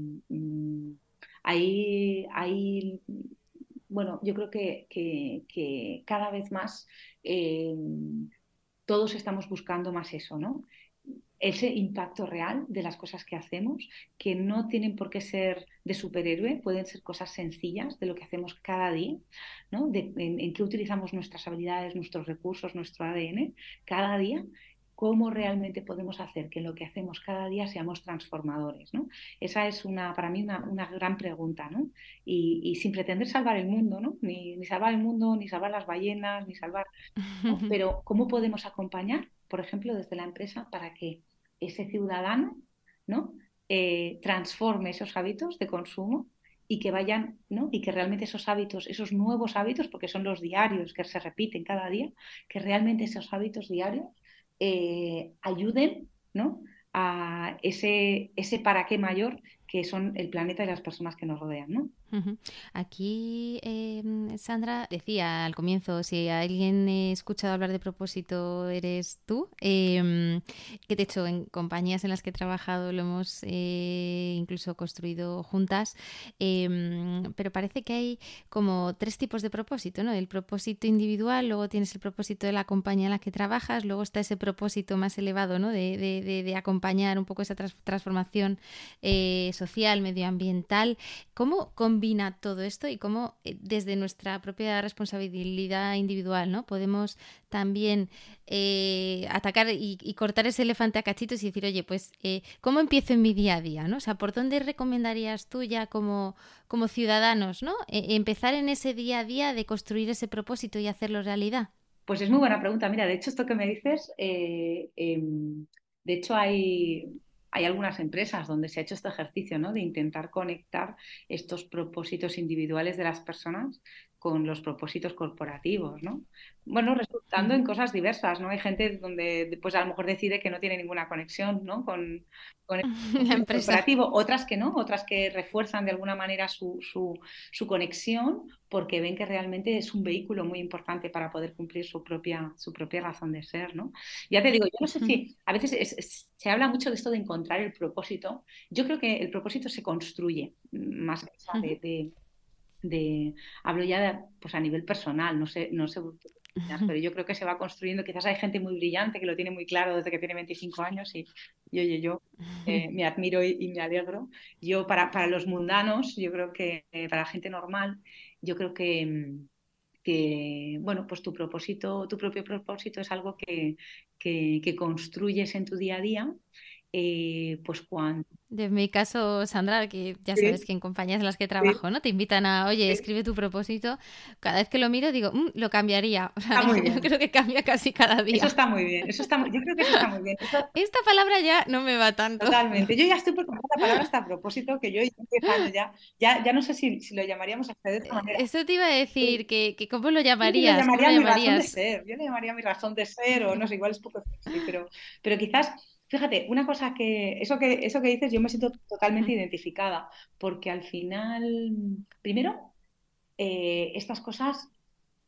ahí, bueno, yo creo que cada vez más eh, todos estamos buscando más eso, ¿no? Ese impacto real de las cosas que hacemos, que no tienen por qué ser de superhéroe, pueden ser cosas sencillas de lo que hacemos cada día, ¿no? En qué utilizamos nuestras habilidades, nuestros recursos, nuestro ADN cada día, cómo realmente podemos hacer que en lo que hacemos cada día seamos transformadores, ¿no? Esa es para mí una gran pregunta, ¿no? Y sin pretender salvar el mundo, ¿no? Ni salvar el mundo, ni salvar las ballenas, ni salvar, ¿no? Pero ¿cómo podemos acompañar, por ejemplo, desde la empresa para que ese ciudadano, ¿no? Transforme esos hábitos de consumo y que vayan, ¿no? Y que realmente esos hábitos, esos nuevos hábitos, porque son los diarios que se repiten cada día, que realmente esos hábitos diarios ayuden, ¿no? A ese para qué mayor que son el planeta y las personas que nos rodean, ¿no? Ujú. Aquí, Sandra decía al comienzo, si alguien he escuchado hablar de propósito eres tú, que de hecho en compañías en las que he trabajado lo hemos incluso construido juntas, pero parece que hay como tres tipos de propósito, ¿no? El propósito individual, luego tienes el propósito de la compañía en la que trabajas, luego está ese propósito más elevado, ¿no? De acompañar un poco esa transformación social, medioambiental. ¿Cómo combina todo esto y cómo desde nuestra propia responsabilidad individual, ¿no? Podemos también atacar y cortar ese elefante a cachitos y decir, oye, pues, ¿cómo empiezo en mi día a día, ¿no? O sea, ¿por dónde recomendarías tú ya como ciudadanos, ¿no? Empezar en ese día a día de construir ese propósito y hacerlo realidad. Pues es muy buena pregunta. Mira, de hecho, esto que me dices, de hecho hay algunas empresas donde se ha hecho este ejercicio, ¿no? De intentar conectar estos propósitos individuales de las personas con los propósitos corporativos, ¿no? Bueno, resultando en Ujú. cosas diversas, ¿no? Hay gente donde, pues a lo mejor decide que no tiene ninguna conexión, ¿no? Con el La propósito empresa. corporativo, otras que no, otras que refuerzan de alguna manera su conexión porque ven que realmente es un vehículo muy importante para poder cumplir su propia razón de ser, ¿no? Ya te digo, yo no sé Ujú. si a veces se habla mucho de esto de encontrar el propósito. Yo creo que el propósito se construye más allá Ujú. hablo ya pues a nivel personal, no sé pero yo creo que se va construyendo. Quizás hay gente muy brillante que lo tiene muy claro desde que tiene 25 años y oye, yo me admiro y me alegro. Yo, para los mundanos, yo creo que para la gente normal, yo creo que, bueno, pues tu propio propósito es algo que construyes en tu día a día, pues cuando... De mi caso, Sandra, que ya sabes Sí, que en compañías en las que sí, trabajo, ¿no? Te invitan a, oye, sí. escribe tu propósito. Cada vez que lo miro digo, lo cambiaría. O sea, Está muy yo bien. creo que cambia casi cada Eso día. está muy bien. Yo creo que eso está muy bien. Esta palabra ya no me va tanto. Totalmente. Yo ya estoy por comprar la palabra hasta a propósito, que yo llevo 10 años ya no sé si lo llamaríamos hasta de esta manera. Eso te iba a decir, que ¿cómo lo Yo creo que lo llamarías? ¿Cómo llamaría lo mi razón de llamarías? ser. Yo le llamaría mi razón de ser, o no sé, igual es poco sexy, pero quizás, fíjate, una cosa eso que dices, yo me siento totalmente identificada, porque al final, primero, estas cosas.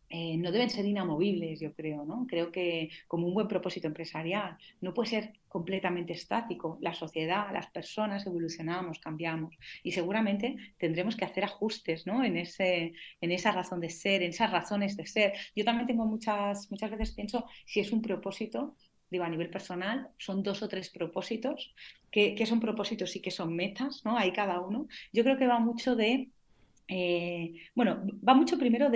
no deben ser inamovibles, yo creo, ¿no? Creo que como un buen propósito empresarial no puede ser completamente estático. La sociedad, las personas evolucionamos, cambiamos y seguramente tendremos que hacer ajustes, ¿no? En esa razón de ser, en esas razones de ser. Yo también tengo muchas veces pienso si es un propósito, digo, a nivel personal, son 2 o 3 propósitos, que son propósitos y que son metas, ¿no? Hay cada uno. Yo creo que va mucho bueno, va mucho primero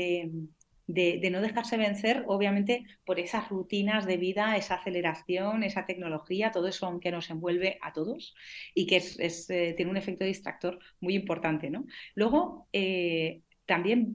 de no dejarse vencer, obviamente, por esas rutinas de vida, esa aceleración, esa tecnología, todo eso que nos envuelve a todos y que tiene un efecto distractor muy importante, ¿no? Luego, también,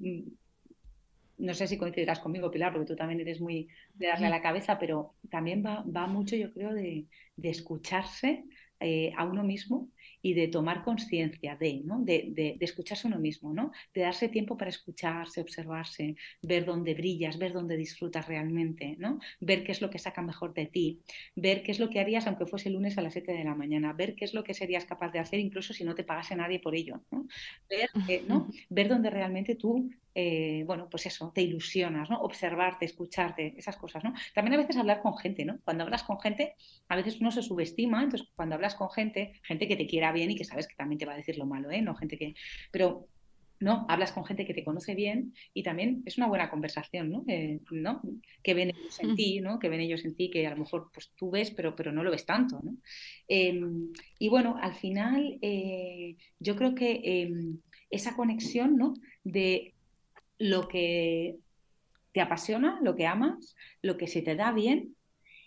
no sé si coincidirás conmigo, Pilar, porque tú también eres muy de darle a la cabeza, pero también va mucho, yo creo, de escucharse a uno mismo y de tomar conciencia de, ¿no? De escucharse a uno mismo, ¿no? De darse tiempo para escucharse, observarse, ver dónde brillas, ver dónde disfrutas realmente, ¿no? Ver qué es lo que saca mejor de ti, ver qué es lo que harías aunque fuese el lunes a las 7 de la mañana, ver qué es lo que serías capaz de hacer incluso si no te pagase nadie por ello, ¿no? Ver, ¿no? Ver dónde realmente tú bueno, pues eso, te ilusionas, ¿no? Observarte, escucharte, esas cosas, ¿no? También a veces hablar con gente, ¿no? Cuando hablas con gente, a veces uno se subestima, entonces cuando hablas con gente que te quiera bien y que sabes que también te va a decir lo malo, ¿eh? No gente que... Pero... No, hablas con gente que te conoce bien y también es una buena conversación, ¿no? ¿No? Que ven ellos en ti, ¿no? Que ven ellos en ti, que a lo mejor pues, tú ves, pero no lo ves tanto, ¿no? Eh, y bueno, al final yo creo que esa conexión, ¿no? De lo que te apasiona, lo que amas, lo que se te da bien,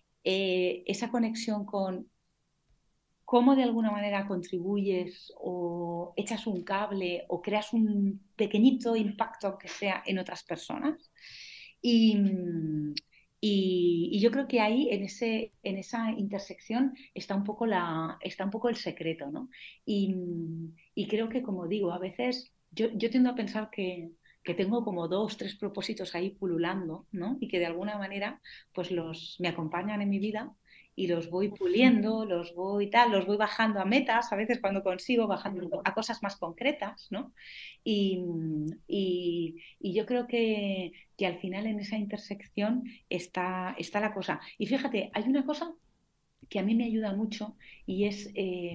esa conexión con cómo de alguna manera contribuyes o echas un cable o creas un pequeñito impacto, aunque sea en otras personas. Y, y yo creo que ahí, en esa intersección, está un poco el secreto, ¿no? Y creo que, como digo, a veces yo tiendo a pensar que tengo como 2, 3 propósitos ahí pululando, ¿no? Y que de alguna manera pues me acompañan en mi vida y los voy puliendo, los voy bajando a metas, a veces cuando consigo, bajando a cosas más concretas, ¿no? Y, y yo creo que al final en esa intersección está la cosa. Y fíjate, hay una cosa que a mí me ayuda mucho y es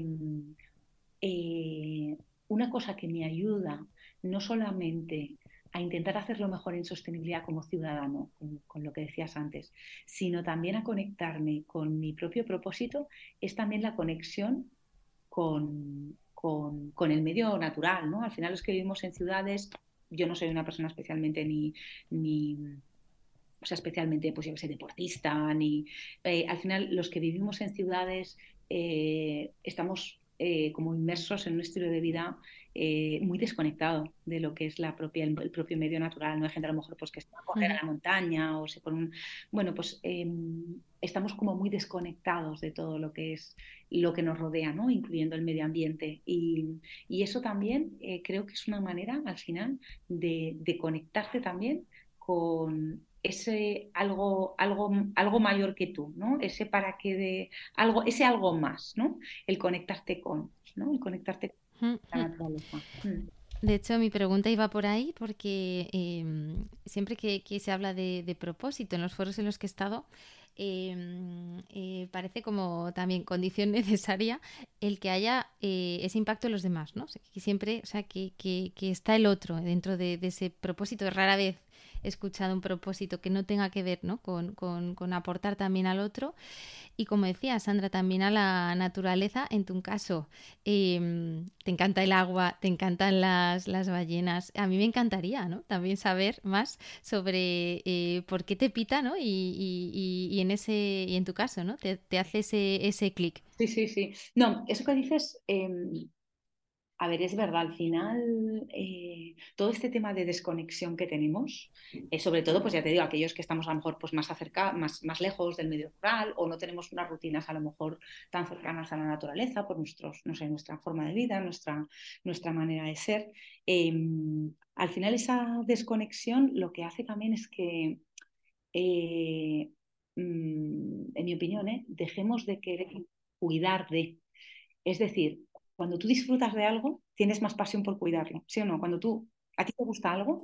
eh, una cosa que me ayuda no solamente a intentar hacerlo mejor en sostenibilidad como ciudadano, con lo que decías antes, sino también a conectarme con mi propio propósito, es también la conexión con el medio natural, ¿no? Al final los que vivimos en ciudades, yo no soy una persona especialmente ni o sea, especialmente, pues yo que sé, deportista, ni al final los que vivimos en ciudades estamos como inmersos en un estilo de vida muy desconectado de lo que es el propio medio natural. No hay gente a lo mejor pues que se va a correr a la montaña o se pone un... Bueno, pues estamos como muy desconectados de todo lo que es lo que nos rodea, ¿no? Incluyendo el medio ambiente. Y eso también creo que es una manera al final de conectarte también con ese algo mayor que tú, ¿no? Ese para qué de algo, ese algo más, ¿no? El conectarte con, ¿no? El conectarte con la naturaleza. Mm. De hecho, mi pregunta iba por ahí porque siempre que se habla de propósito en los foros en los que he estado, parece como también condición necesaria el que haya ese impacto en los demás, ¿no? O sea, que siempre, o sea, que está el otro dentro de ese propósito. Rara vez he escuchado un propósito que no tenga que ver, ¿no? Con aportar también al otro. Y como decía Sandra, también a la naturaleza, en tu caso, te encanta el agua, te encantan las ballenas. A mí me encantaría, ¿no? También saber más sobre por qué te pita, ¿no? Y y en tu caso, ¿no? Te hace ese clic. Sí, sí, sí. No, eso que dices, a ver, es verdad, al final todo este tema de desconexión que tenemos, sobre todo, pues ya te digo, aquellos que estamos a lo mejor pues, más lejos del medio rural o no tenemos unas rutinas a lo mejor tan cercanas a la naturaleza por no sé, nuestra forma de vida, nuestra manera de ser. eh, Al final esa desconexión lo que hace también es que, eh, en mi opinión, dejemos de querer cuidar de... Es decir, cuando tú disfrutas de algo, tienes más pasión por cuidarlo, ¿sí o no? Cuando a ti te gusta algo,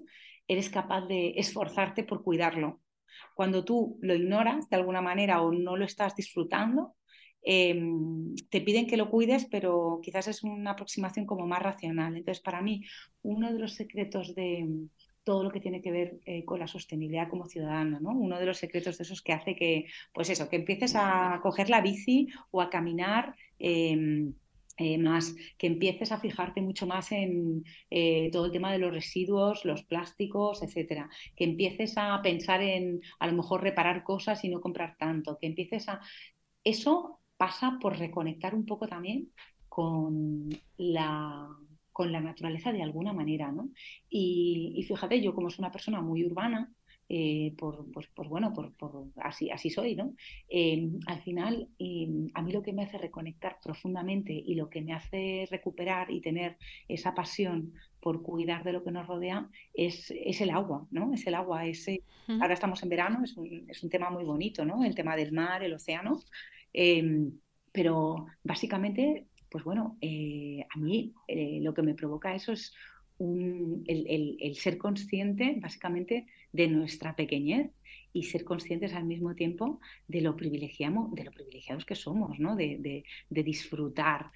eres capaz de esforzarte por cuidarlo. Cuando tú lo ignoras de alguna manera o no lo estás disfrutando, te piden que lo cuides, pero quizás es una aproximación como más racional. Entonces, para mí, uno de los secretos de todo lo que tiene que ver con la sostenibilidad como ciudadano, ¿no? Uno de los secretos de esos que hace que, pues eso, que empieces a coger la bici o a caminar. Más que empieces a fijarte mucho más en todo el tema de los residuos, los plásticos, etcétera, que empieces a pensar en a lo mejor reparar cosas y no comprar tanto, que empieces a... Eso pasa por reconectar un poco también con la, con la naturaleza de alguna manera, ¿no? Y fíjate, yo como soy una persona muy urbana, pues bueno, así soy, ¿no? Al final, a mí lo que me hace reconectar profundamente y lo que me hace recuperar y tener esa pasión por cuidar de lo que nos rodea es el agua, ¿no? Es el agua, ahora estamos en verano, es un tema muy bonito, ¿no? El tema del mar, el océano, eh, pero básicamente, pues bueno, a mí lo que me provoca eso es el ser consciente básicamente de nuestra pequeñez y ser conscientes al mismo tiempo de lo privilegiados que somos, ¿no? De disfrutar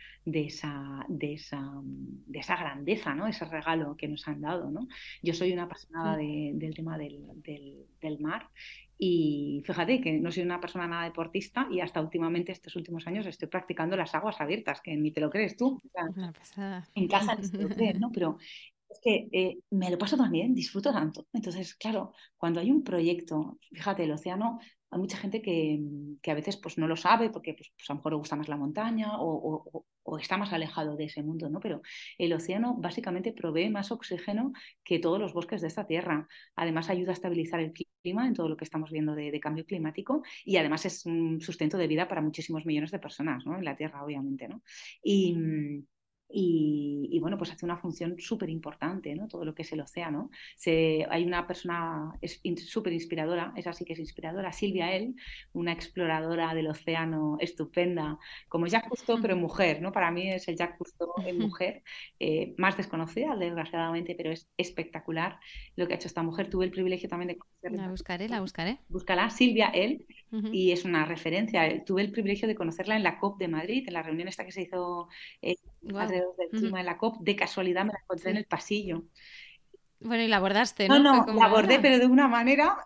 de esa grandeza, ¿no? Ese regalo que nos han dado, ¿no? Yo soy una apasionada del tema del mar y fíjate que no soy una persona nada deportista y hasta últimamente, estos últimos años, estoy practicando las aguas abiertas, que ni te lo crees tú. O sea, Una pasada. en casa ni se lo creen, ¿no? Pero es que me lo paso tan bien, disfruto tanto. Entonces, claro, cuando hay un proyecto, fíjate, el océano, hay mucha gente que a veces pues, no lo sabe porque pues, a lo mejor le gusta más la montaña o está más alejado de ese mundo, ¿no? Pero el océano básicamente provee más oxígeno que todos los bosques de esta tierra. Además, ayuda a estabilizar el clima en todo lo que estamos viendo de cambio climático y además es un sustento de vida para muchísimos millones de personas, ¿no? En la tierra, obviamente, ¿no? Y, bueno, pues hace una función súper importante, ¿no? Todo lo que es el océano. Hay una persona súper inspiradora, esa sí que es inspiradora, Silvia El, una exploradora del océano estupenda, como Jacques Cousteau, pero mujer, ¿no? Para mí es el Jacques Cousteau en mujer, más desconocida, desgraciadamente, pero es espectacular lo que ha hecho esta mujer. Tuve el privilegio también de conocerla. La buscaré, la buscaré. Búscala, Silvia El, y es una referencia. Tuve el privilegio de conocerla en la COP de Madrid, en la reunión esta que se hizo Wow. alrededor del clima de la COP. De casualidad me la encontré en Sí. el pasillo. Bueno, y la abordaste, No, ¿no? Fue no, la como, abordé, hola. pero de una manera,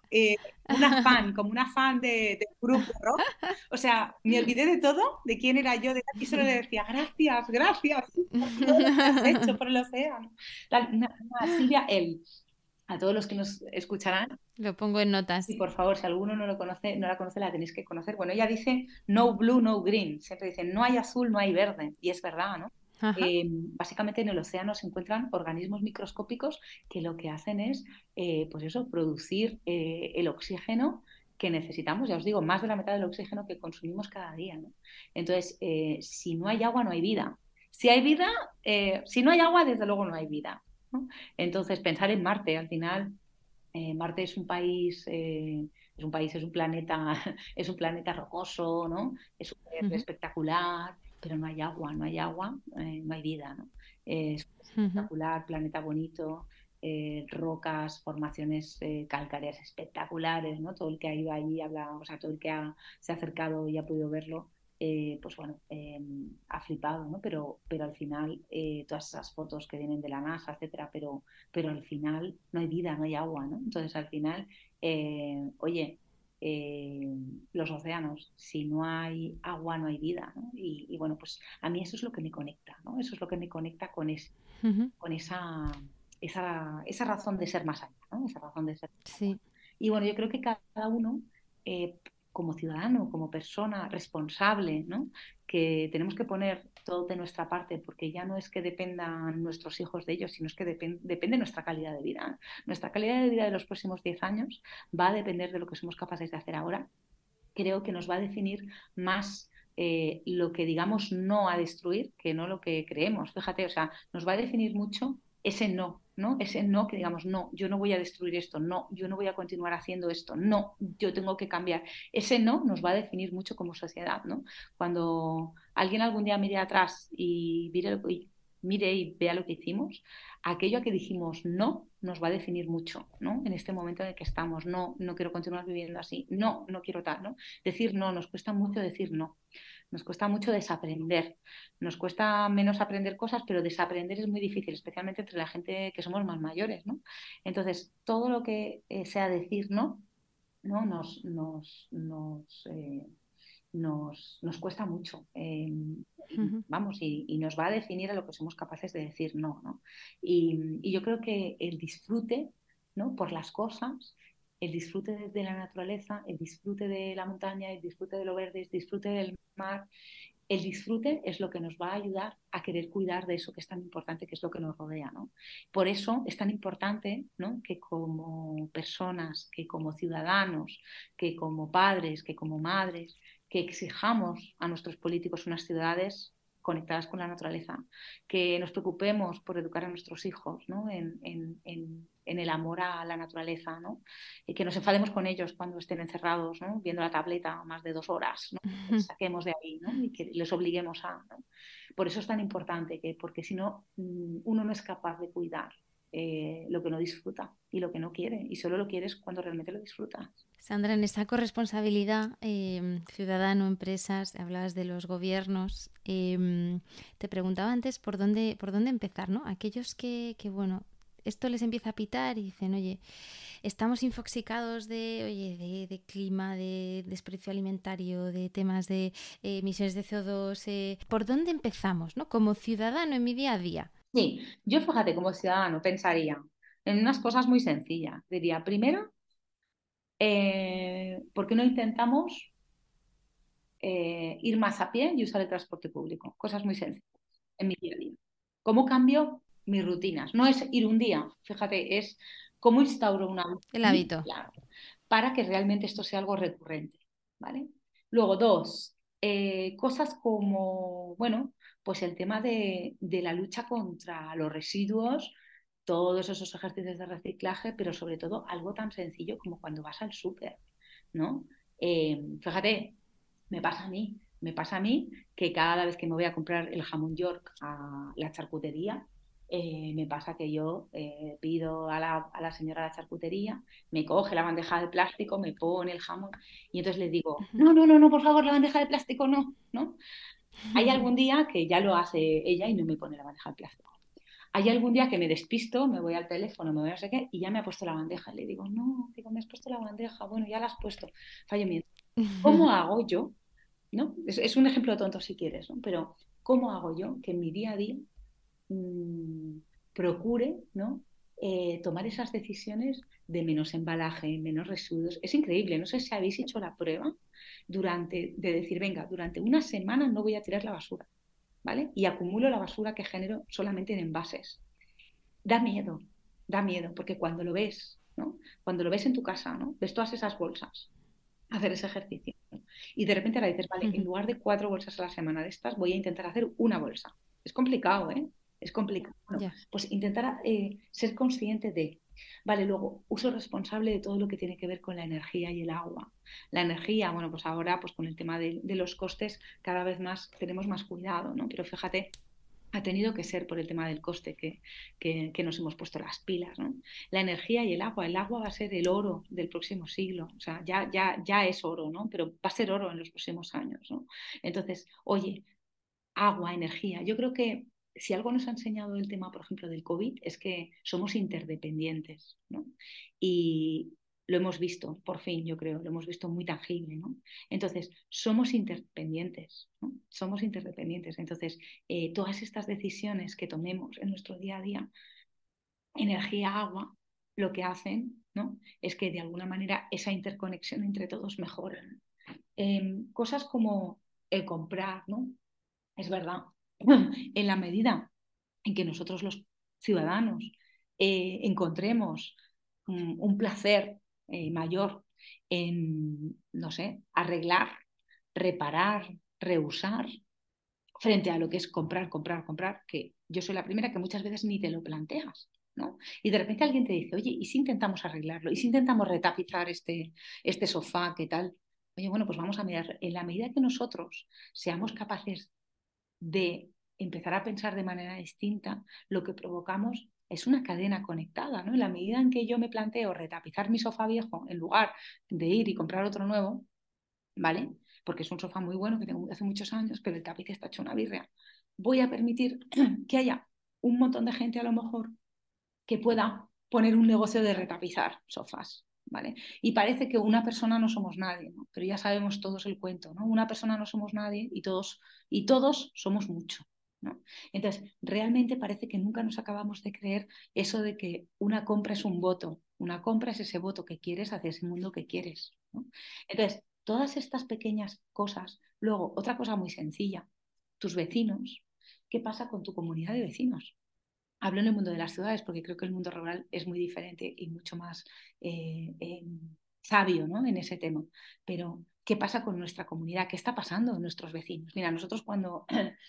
como una fan del grupo de rock. O sea, me olvidé de todo, de quién era yo, y solo le decía, gracias, gracias por todo lo que has hecho por el océano. Silvia El, a todos los que nos escucharán, Lo pongo en y notas. por favor, si alguno no lo conoce, no la conoce, la tenéis que conocer. Bueno, ella dice no blue, no green. Siempre dice no hay azul, no hay verde. Y es verdad, ¿no? Ajá. Básicamente en el océano se encuentran organismos microscópicos que lo que hacen es, pues eso, producir el oxígeno que necesitamos. Ya os digo, más de la mitad del oxígeno que consumimos cada día, ¿no? Entonces, si no hay agua, no hay vida. Si hay vida, si no hay agua, desde luego no hay vida, ¿no? Entonces, pensar en Marte, al final Marte es un planeta, es un planeta rocoso, ¿no? Es súper Ujú, espectacular, pero no hay agua, no hay agua, no hay vida, ¿no? Es ujú, espectacular, planeta bonito, rocas, formaciones calcáreas espectaculares, ¿no? Todo el que ha ido allí habla, o sea, todo el que se ha acercado y ha podido verlo, pues bueno, ha flipado, ¿no? Pero al final, todas esas fotos que vienen de la NASA, etcétera, pero al final no hay vida, no hay agua, ¿no? Entonces al final, oye, eh, los océanos, si no hay agua, no hay vida, ¿no? Bueno, pues a mí eso es lo que me conecta, ¿no? Eso es lo que me conecta ujú. con esa razón de ser más allá, ¿no? Esa razón de ser más allá. Sí. Y bueno, yo creo que cada uno, como ciudadano, como persona responsable, ¿no? Que tenemos que poner todo de nuestra parte, porque ya no es que dependan nuestros hijos de ellos, sino es que depende nuestra calidad de vida. Nuestra calidad de vida de los próximos 10 años va a depender de lo que somos capaces de hacer ahora. Creo que nos va a definir más lo que digamos no a destruir que no lo que creemos. Fíjate, o sea, nos va a definir mucho ese no, ¿no? Ese no que digamos, no, yo no voy a destruir esto, no, yo no voy a continuar haciendo esto, no, yo tengo que cambiar. Ese no nos va a definir mucho como sociedad, ¿no? Cuando alguien algún día mire atrás y mire y vea lo que hicimos, aquello a que dijimos no nos va a definir mucho, ¿no? En este momento en el que estamos, no, no quiero continuar viviendo así, no, no quiero tal, ¿no? Decir no, nos cuesta mucho decir no, nos cuesta mucho desaprender, nos cuesta menos aprender cosas, pero desaprender es muy difícil, especialmente entre la gente que somos más mayores, ¿no? Entonces, todo lo que sea decir no, ¿no? Nos cuesta mucho. Ujú. Vamos, y nos va a definir a lo que somos capaces de decir no, ¿no? Y yo creo que el disfrute, ¿no? Por las cosas, el disfrute de la naturaleza, el disfrute de la montaña, el disfrute de lo verde, el disfrute del mar, el disfrute es lo que nos va a ayudar a querer cuidar de eso que es tan importante, que es lo que nos rodea, ¿no? Por eso es tan importante, ¿no? Que como personas, que como ciudadanos, que como padres, que como madres, que exijamos a nuestros políticos unas ciudades conectadas con la naturaleza, que nos preocupemos por educar a nuestros hijos, ¿no? En el amor a la naturaleza, ¿no? Y que nos enfademos con ellos cuando estén encerrados, ¿no? Viendo la tableta más de 2 horas, ¿no? Que les saquemos de ahí, ¿no? Y que les obliguemos a, ¿no? Por eso es tan importante, porque si no, uno no es capaz de cuidar lo que no disfruta y lo que no quiere, y solo lo quieres cuando realmente lo disfrutas. Sandra, en esa corresponsabilidad, ciudadano, empresas, hablabas de los gobiernos, te preguntaba antes por dónde empezar, ¿no? Aquellos bueno, esto les empieza a pitar y dicen, oye, estamos infoxicados de clima, de desperdicio alimentario, de temas de emisiones de CO2. ¿Por dónde empezamos, ¿no? Como ciudadano en mi día a día. Sí, yo fíjate, como ciudadano pensaría en unas cosas muy sencillas. Diría, primero, ¿por qué no intentamos ir más a pie y usar el transporte público? Cosas muy sencillas en mi día a día. ¿Cómo cambio mis rutinas? No es ir un día, fíjate, es cómo instauro una El rutina, hábito. claro, para que realmente esto sea algo recurrente, ¿vale? Luego, dos, cosas como, bueno, pues el tema de la lucha contra los residuos, todos esos ejercicios de reciclaje, pero sobre todo algo tan sencillo como cuando vas al súper, ¿no? Fíjate, me pasa a mí que cada vez que me voy a comprar el jamón York a la charcutería, me pasa que yo pido a la señora de la charcutería, me coge la bandeja de plástico, me pone el jamón y entonces le digo, no, no, no, no, por favor, la bandeja de plástico no, ¿no? Hay algún día que ya lo hace ella y no me pone la bandeja de plástico. Hay algún día que me despisto, me voy al teléfono, me voy a no sé qué y ya me ha puesto la bandeja. Y le digo, no, digo, me has puesto la bandeja, bueno, ya la has puesto. Fallo mío. ¿Cómo hago yo? ¿No? Es un ejemplo tonto si quieres, ¿no? Pero ¿cómo hago yo que en mi día a día mmm, procure, ¿no? Tomar esas decisiones de menos embalaje, menos residuos? Es increíble, no sé si habéis hecho la prueba de decir, venga, durante una semana no voy a tirar la basura, ¿vale? Y acumulo la basura que genero solamente en envases. Da miedo, da miedo, porque cuando lo ves, ¿no? Cuando lo ves en tu casa, ¿no? Ves todas esas bolsas, hacer ese ejercicio. Y de repente ahora dices, vale, en lugar de 4 bolsas a la semana de estas, voy a intentar hacer una bolsa. Es complicado, ¿eh? Es complicado. Bueno, Ya. pues intentar ser consciente de, vale, luego, uso responsable de todo lo que tiene que ver con la energía y el agua. La energía, bueno, pues ahora, pues con el tema de los costes, cada vez más tenemos más cuidado, ¿no? Pero fíjate, ha tenido que ser por el tema del coste que nos hemos puesto las pilas, ¿no? La energía y el agua va a ser el oro del próximo siglo, o sea, ya es oro, ¿no? Pero va a ser oro en los próximos años, ¿no? Entonces, oye, agua, energía, yo creo que si algo nos ha enseñado el tema, por ejemplo, del COVID, es que somos interdependientes, ¿no? Y lo hemos visto, por fin, yo creo, lo hemos visto muy tangible, ¿no? Entonces, somos interdependientes, ¿no? Somos interdependientes. Entonces, todas estas decisiones que tomemos en nuestro día a día, energía, agua, lo que hacen, ¿no? Es que de alguna manera esa interconexión entre todos mejora. Cosas como el comprar, ¿no? Es verdad, en la medida en que nosotros los ciudadanos encontremos un placer mayor en, no sé, arreglar, reparar, reusar, frente a lo que es comprar, comprar, comprar, que yo soy la primera que muchas veces ni te lo planteas, ¿no? Y de repente alguien te dice, oye, ¿y si intentamos arreglarlo? ¿Y si intentamos retapizar este sofá? ¿Qué tal? Oye, bueno, pues vamos a mirar, en la medida que nosotros seamos capaces de empezar a pensar de manera distinta, lo que provocamos es una cadena conectada, ¿no? En la medida en que yo me planteo retapizar mi sofá viejo en lugar de ir y comprar otro nuevo, ¿vale? Porque es un sofá muy bueno que tengo hace muchos años, pero el tapiz está hecho una birria. Voy a permitir que haya un montón de gente a lo mejor que pueda poner un negocio de retapizar sofás, ¿vale? Y parece que una persona no somos nadie, ¿no? Pero ya sabemos todos el cuento, ¿no? Una persona no somos nadie y todos somos mucho, ¿no? Entonces, realmente parece que nunca nos acabamos de creer eso de que una compra es un voto, una compra es ese voto que quieres hacia ese mundo que quieres, ¿no? Entonces, todas estas pequeñas cosas. Luego, otra cosa muy sencilla, tus vecinos. ¿Qué pasa con tu comunidad de vecinos? Hablo en el mundo de las ciudades porque creo que el mundo rural es muy diferente y mucho más eh, eh, sabio, ¿no? En ese tema. Pero, ¿qué pasa con nuestra comunidad? ¿Qué está pasando en nuestros vecinos? Mira, nosotros cuando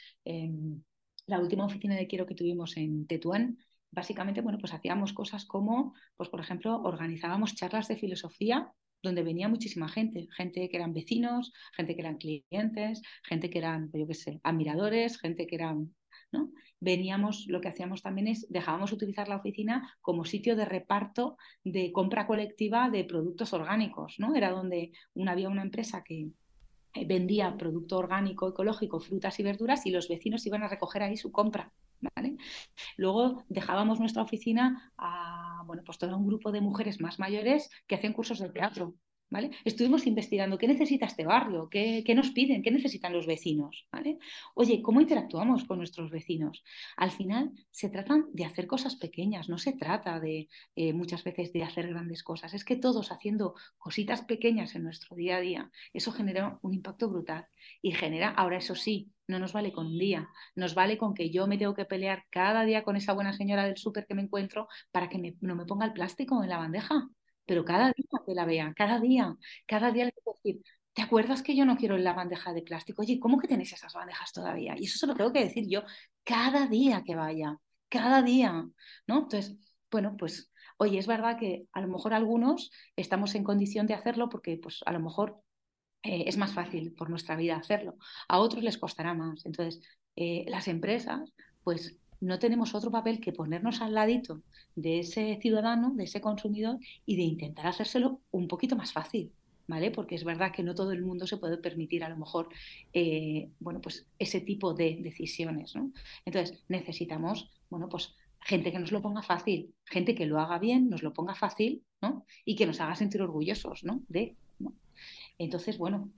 la última oficina de Quiero que tuvimos en Tetuán, básicamente, bueno, pues hacíamos cosas como, pues por ejemplo, organizábamos charlas de filosofía donde venía muchísima gente, gente que eran vecinos, gente que eran clientes, gente que eran, yo qué sé, admiradores, gente que eran, ¿no? Veníamos, lo que hacíamos también es, dejábamos utilizar la oficina como sitio de reparto de compra colectiva de productos orgánicos, ¿no? Era donde había una empresa que vendía producto orgánico, ecológico, frutas y verduras y los vecinos iban a recoger ahí su compra, ¿vale? Luego dejábamos nuestra oficina a, bueno, pues todo un grupo de mujeres más mayores que hacían cursos de teatro. ¿Vale? Estuvimos investigando qué necesita este barrio, qué nos piden, qué necesitan los vecinos. ¿Vale? Oye, ¿cómo interactuamos con nuestros vecinos? Al final se tratan de hacer cosas pequeñas, no se trata de muchas veces de hacer grandes cosas. Es que todos haciendo cositas pequeñas en nuestro día a día, eso genera un impacto brutal y genera, ahora eso sí, no nos vale con un día, nos vale con que yo me tengo que pelear cada día con esa buena señora del súper que me encuentro para que no me ponga el plástico en la bandeja. Pero cada día que la vea, cada día le tengo que decir, ¿te acuerdas que yo no quiero la bandeja de plástico? Oye, ¿cómo que tenéis esas bandejas todavía? Y eso se lo tengo que decir yo cada día que vaya, cada día, ¿no? Entonces, bueno, pues, oye, es verdad que a lo mejor algunos estamos en condición de hacerlo porque, pues, a lo mejor es más fácil por nuestra vida hacerlo. A otros les costará más. Entonces, las empresas, pues no tenemos otro papel que ponernos al ladito de ese ciudadano, de ese consumidor y de intentar hacérselo un poquito más fácil. ¿Vale? Porque es verdad que no todo el mundo se puede permitir a lo mejor bueno, pues ese tipo de decisiones, ¿no? Entonces necesitamos, bueno, pues gente que nos lo ponga fácil, gente que lo haga bien, nos lo ponga fácil, ¿no? Y que nos haga sentir orgullosos, ¿no? ¿no? Entonces, bueno,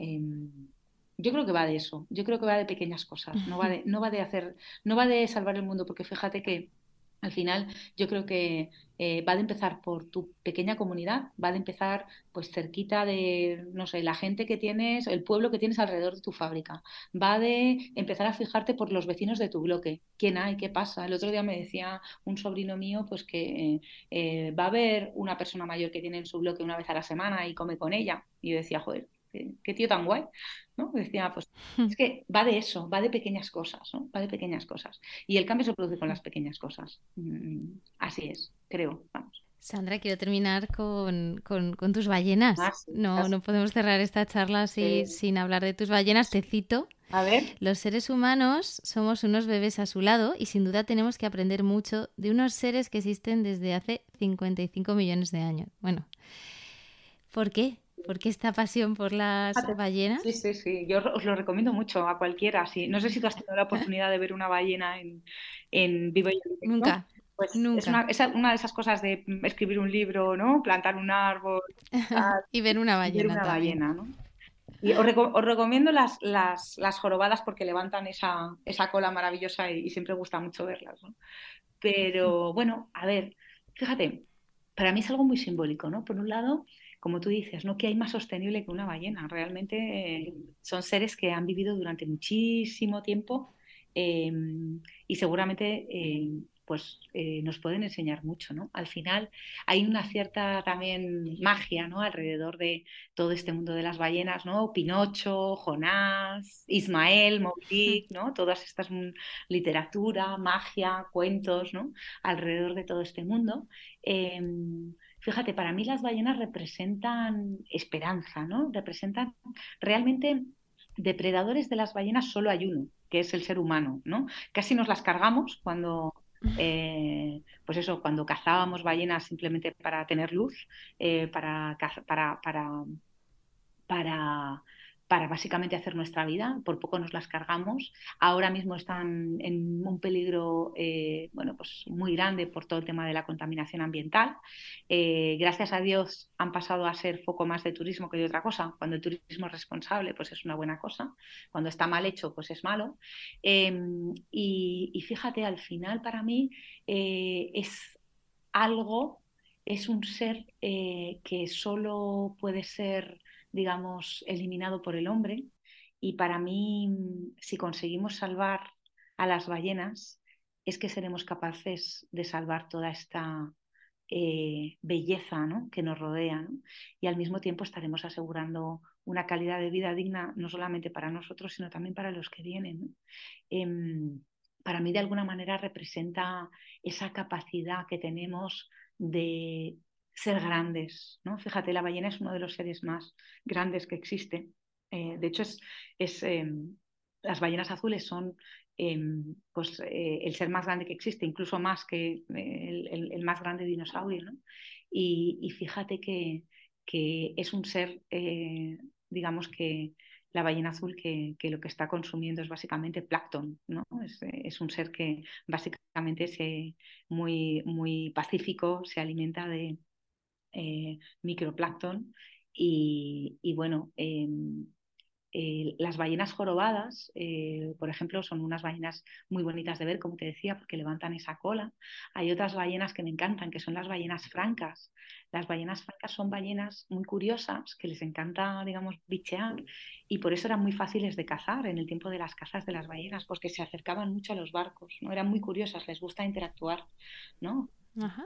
yo creo que va de eso, yo creo que va de pequeñas cosas, no va de hacer, no va de salvar el mundo, porque fíjate que al final yo creo que va de empezar por tu pequeña comunidad, va de empezar pues cerquita de, no sé, la gente que tienes, el pueblo que tienes alrededor de tu fábrica, va de empezar a fijarte por los vecinos de tu bloque, quién hay, qué pasa. El otro día me decía un sobrino mío pues que va a haber una persona mayor que tiene en su bloque una vez a la semana y come con ella. Y yo decía, joder, qué tío tan guay, ¿no? Decía, pues es que va de eso, va de pequeñas cosas, ¿no? Va de pequeñas cosas. Y el cambio se produce con las pequeñas cosas. Así es, creo, vamos. Sandra, quiero terminar con tus ballenas. Sí, No podemos cerrar esta charla así sin hablar de tus ballenas. Te cito. A ver. Los seres humanos somos unos bebés a su lado y sin duda tenemos que aprender mucho de unos seres que existen desde hace 55 millones de años. Bueno, ¿por qué? ¿Por qué esta pasión por las ballenas? Sí, sí, sí. Yo os lo recomiendo mucho a cualquiera. Sí. No sé si tú has tenido la oportunidad de ver una ballena en vivo y en directo. Nunca, Pues nunca. es una de esas cosas de escribir un libro, ¿no? Plantar un árbol, tal, Y ver una y ver ballena una también. ballena, ¿no? Y os recomiendo las jorobadas porque levantan esa cola maravillosa y siempre gusta mucho verlas, ¿no? Pero bueno, a ver, fíjate, para mí es algo muy simbólico, ¿no? Por un lado, como tú dices, ¿no? ¿Qué hay más sostenible que una ballena? Realmente son seres que han vivido durante muchísimo tiempo eh, y seguramente nos pueden enseñar mucho, ¿no? Al final hay una cierta también magia, ¿no? Alrededor de todo este mundo de las ballenas, ¿no? Pinocho, Jonás, Ismael, Moby Dick, ¿no? Todas estas literatura, magia, cuentos, ¿no? Alrededor de todo este mundo. Eh, Fíjate, para mí las ballenas representan esperanza, ¿no? Representan realmente depredadores de las ballenas solo hay uno, que es el ser humano, ¿no? Casi nos las cargamos cuando, pues eso, cuando cazábamos ballenas simplemente para tener luz, para, para básicamente hacer nuestra vida, por poco nos las cargamos. Ahora mismo están en un peligro bueno, pues muy grande por todo el tema de la contaminación ambiental. Gracias a Dios han pasado a ser foco más de turismo que de otra cosa. Cuando el turismo es responsable, pues es una buena cosa. Cuando está mal hecho, pues es malo. Y fíjate, al final para mí es algo, es un ser que solo puede ser, digamos, eliminado por el hombre. Y para mí, si conseguimos salvar a las ballenas, es que seremos capaces de salvar toda esta belleza, ¿no?, que nos rodea, ¿no? Y al mismo tiempo estaremos asegurando una calidad de vida digna, no solamente para nosotros, sino también para los que vienen, ¿no? Para mí, de alguna manera, representa esa capacidad que tenemos de ser grandes, ¿no? Fíjate, la ballena es uno de los seres más grandes que existe. De hecho, las ballenas azules son pues, el ser más grande que existe, incluso más que el más grande dinosaurio, ¿no? Y fíjate que es un ser, digamos que la ballena azul que lo que está consumiendo es básicamente plancton, ¿no? Es un ser que básicamente es muy, muy pacífico, se alimenta de microplancton y bueno, las ballenas jorobadas, por ejemplo, son unas ballenas muy bonitas de ver, como te decía, porque levantan esa cola. Hay otras ballenas que me encantan, que son las ballenas francas. Las ballenas francas son ballenas muy curiosas, que les encanta, digamos, bichear, y por eso eran muy fáciles de cazar en el tiempo de las cazas de las ballenas, porque se acercaban mucho a los barcos, ¿no? Eran muy curiosas, les gusta interactuar, ¿no? Ajá.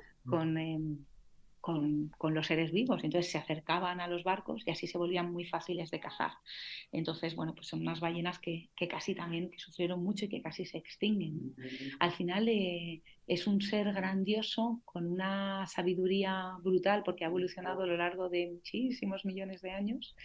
Con los seres vivos. Entonces se acercaban a los barcos y así se volvían muy fáciles de cazar. Entonces, bueno, pues son unas ballenas que casi también que sufrieron mucho y que casi se extinguen. Al final es un ser grandioso con una sabiduría brutal porque ha evolucionado a lo largo de muchísimos millones de años.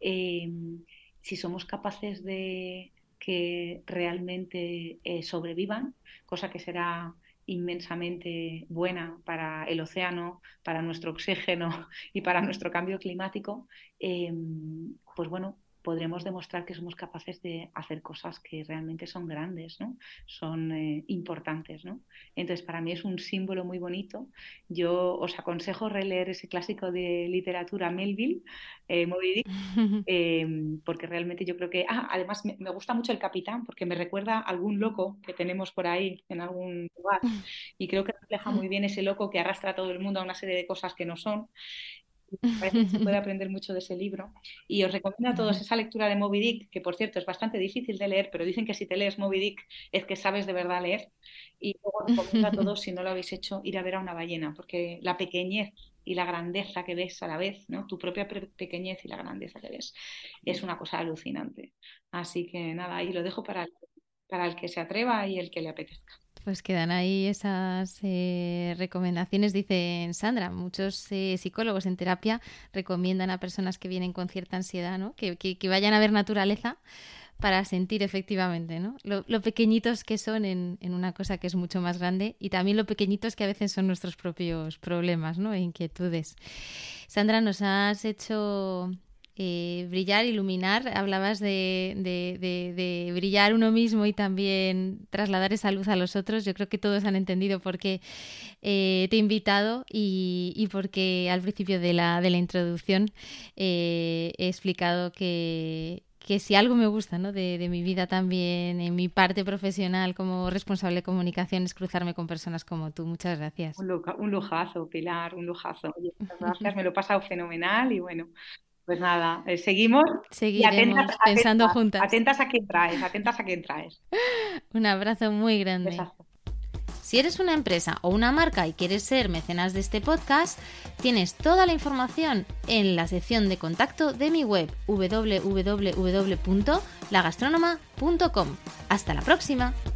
Si somos capaces de que realmente sobrevivan, cosa que será inmensamente buena para el océano, para nuestro oxígeno y para nuestro cambio climático, pues bueno, podremos demostrar que somos capaces de hacer cosas que realmente son grandes, ¿no? Son importantes, ¿no? Entonces, para mí es un símbolo muy bonito. Yo os aconsejo releer ese clásico de literatura Melville, Moby Dick, porque realmente yo creo que... además me gusta mucho el capitán porque me recuerda a algún loco que tenemos por ahí en algún lugar y creo que refleja muy bien ese loco que arrastra a todo el mundo a una serie de cosas que no son. Me parece que se puede aprender mucho de ese libro y os recomiendo a todos esa lectura de Moby Dick, que por cierto es bastante difícil de leer, pero dicen que si te lees Moby Dick es que sabes de verdad leer. Y luego recomiendo a todos, si no lo habéis hecho, ir a ver a una ballena, porque la pequeñez y la grandeza que ves a la vez, ¿no? Tu propia pequeñez y la grandeza que ves es una cosa alucinante. Así que nada, ahí lo dejo para el que se atreva y el que le apetezca. Pues quedan ahí esas recomendaciones, dice Sandra. Muchos psicólogos en terapia recomiendan a personas que vienen con cierta ansiedad, ¿no? que vayan a ver naturaleza para sentir efectivamente, ¿no? Lo pequeñitos que son en una cosa que es mucho más grande y también lo pequeñitos que a veces son nuestros propios problemas, ¿no? E inquietudes. Sandra, nos has hecho... brillar, iluminar, hablabas de brillar uno mismo y también trasladar esa luz a los otros. Yo creo que todos han entendido por qué te he invitado y porque al principio de la introducción he explicado que si algo me gusta, ¿no? de mi vida también, en mi parte profesional como responsable de comunicación, es cruzarme con personas como tú. Muchas gracias. Un lujazo, Pilar, un lujazo. Oye, muchas gracias, me lo he pasado fenomenal y bueno, pues nada, seguimos y Seguiremos pensando juntas. Atentas a quién traes. Un abrazo muy grande. Besazo. Si eres una empresa o una marca y quieres ser mecenas de este podcast, tienes toda la información en la sección de contacto de mi web www.lagastronoma.com. ¡Hasta la próxima!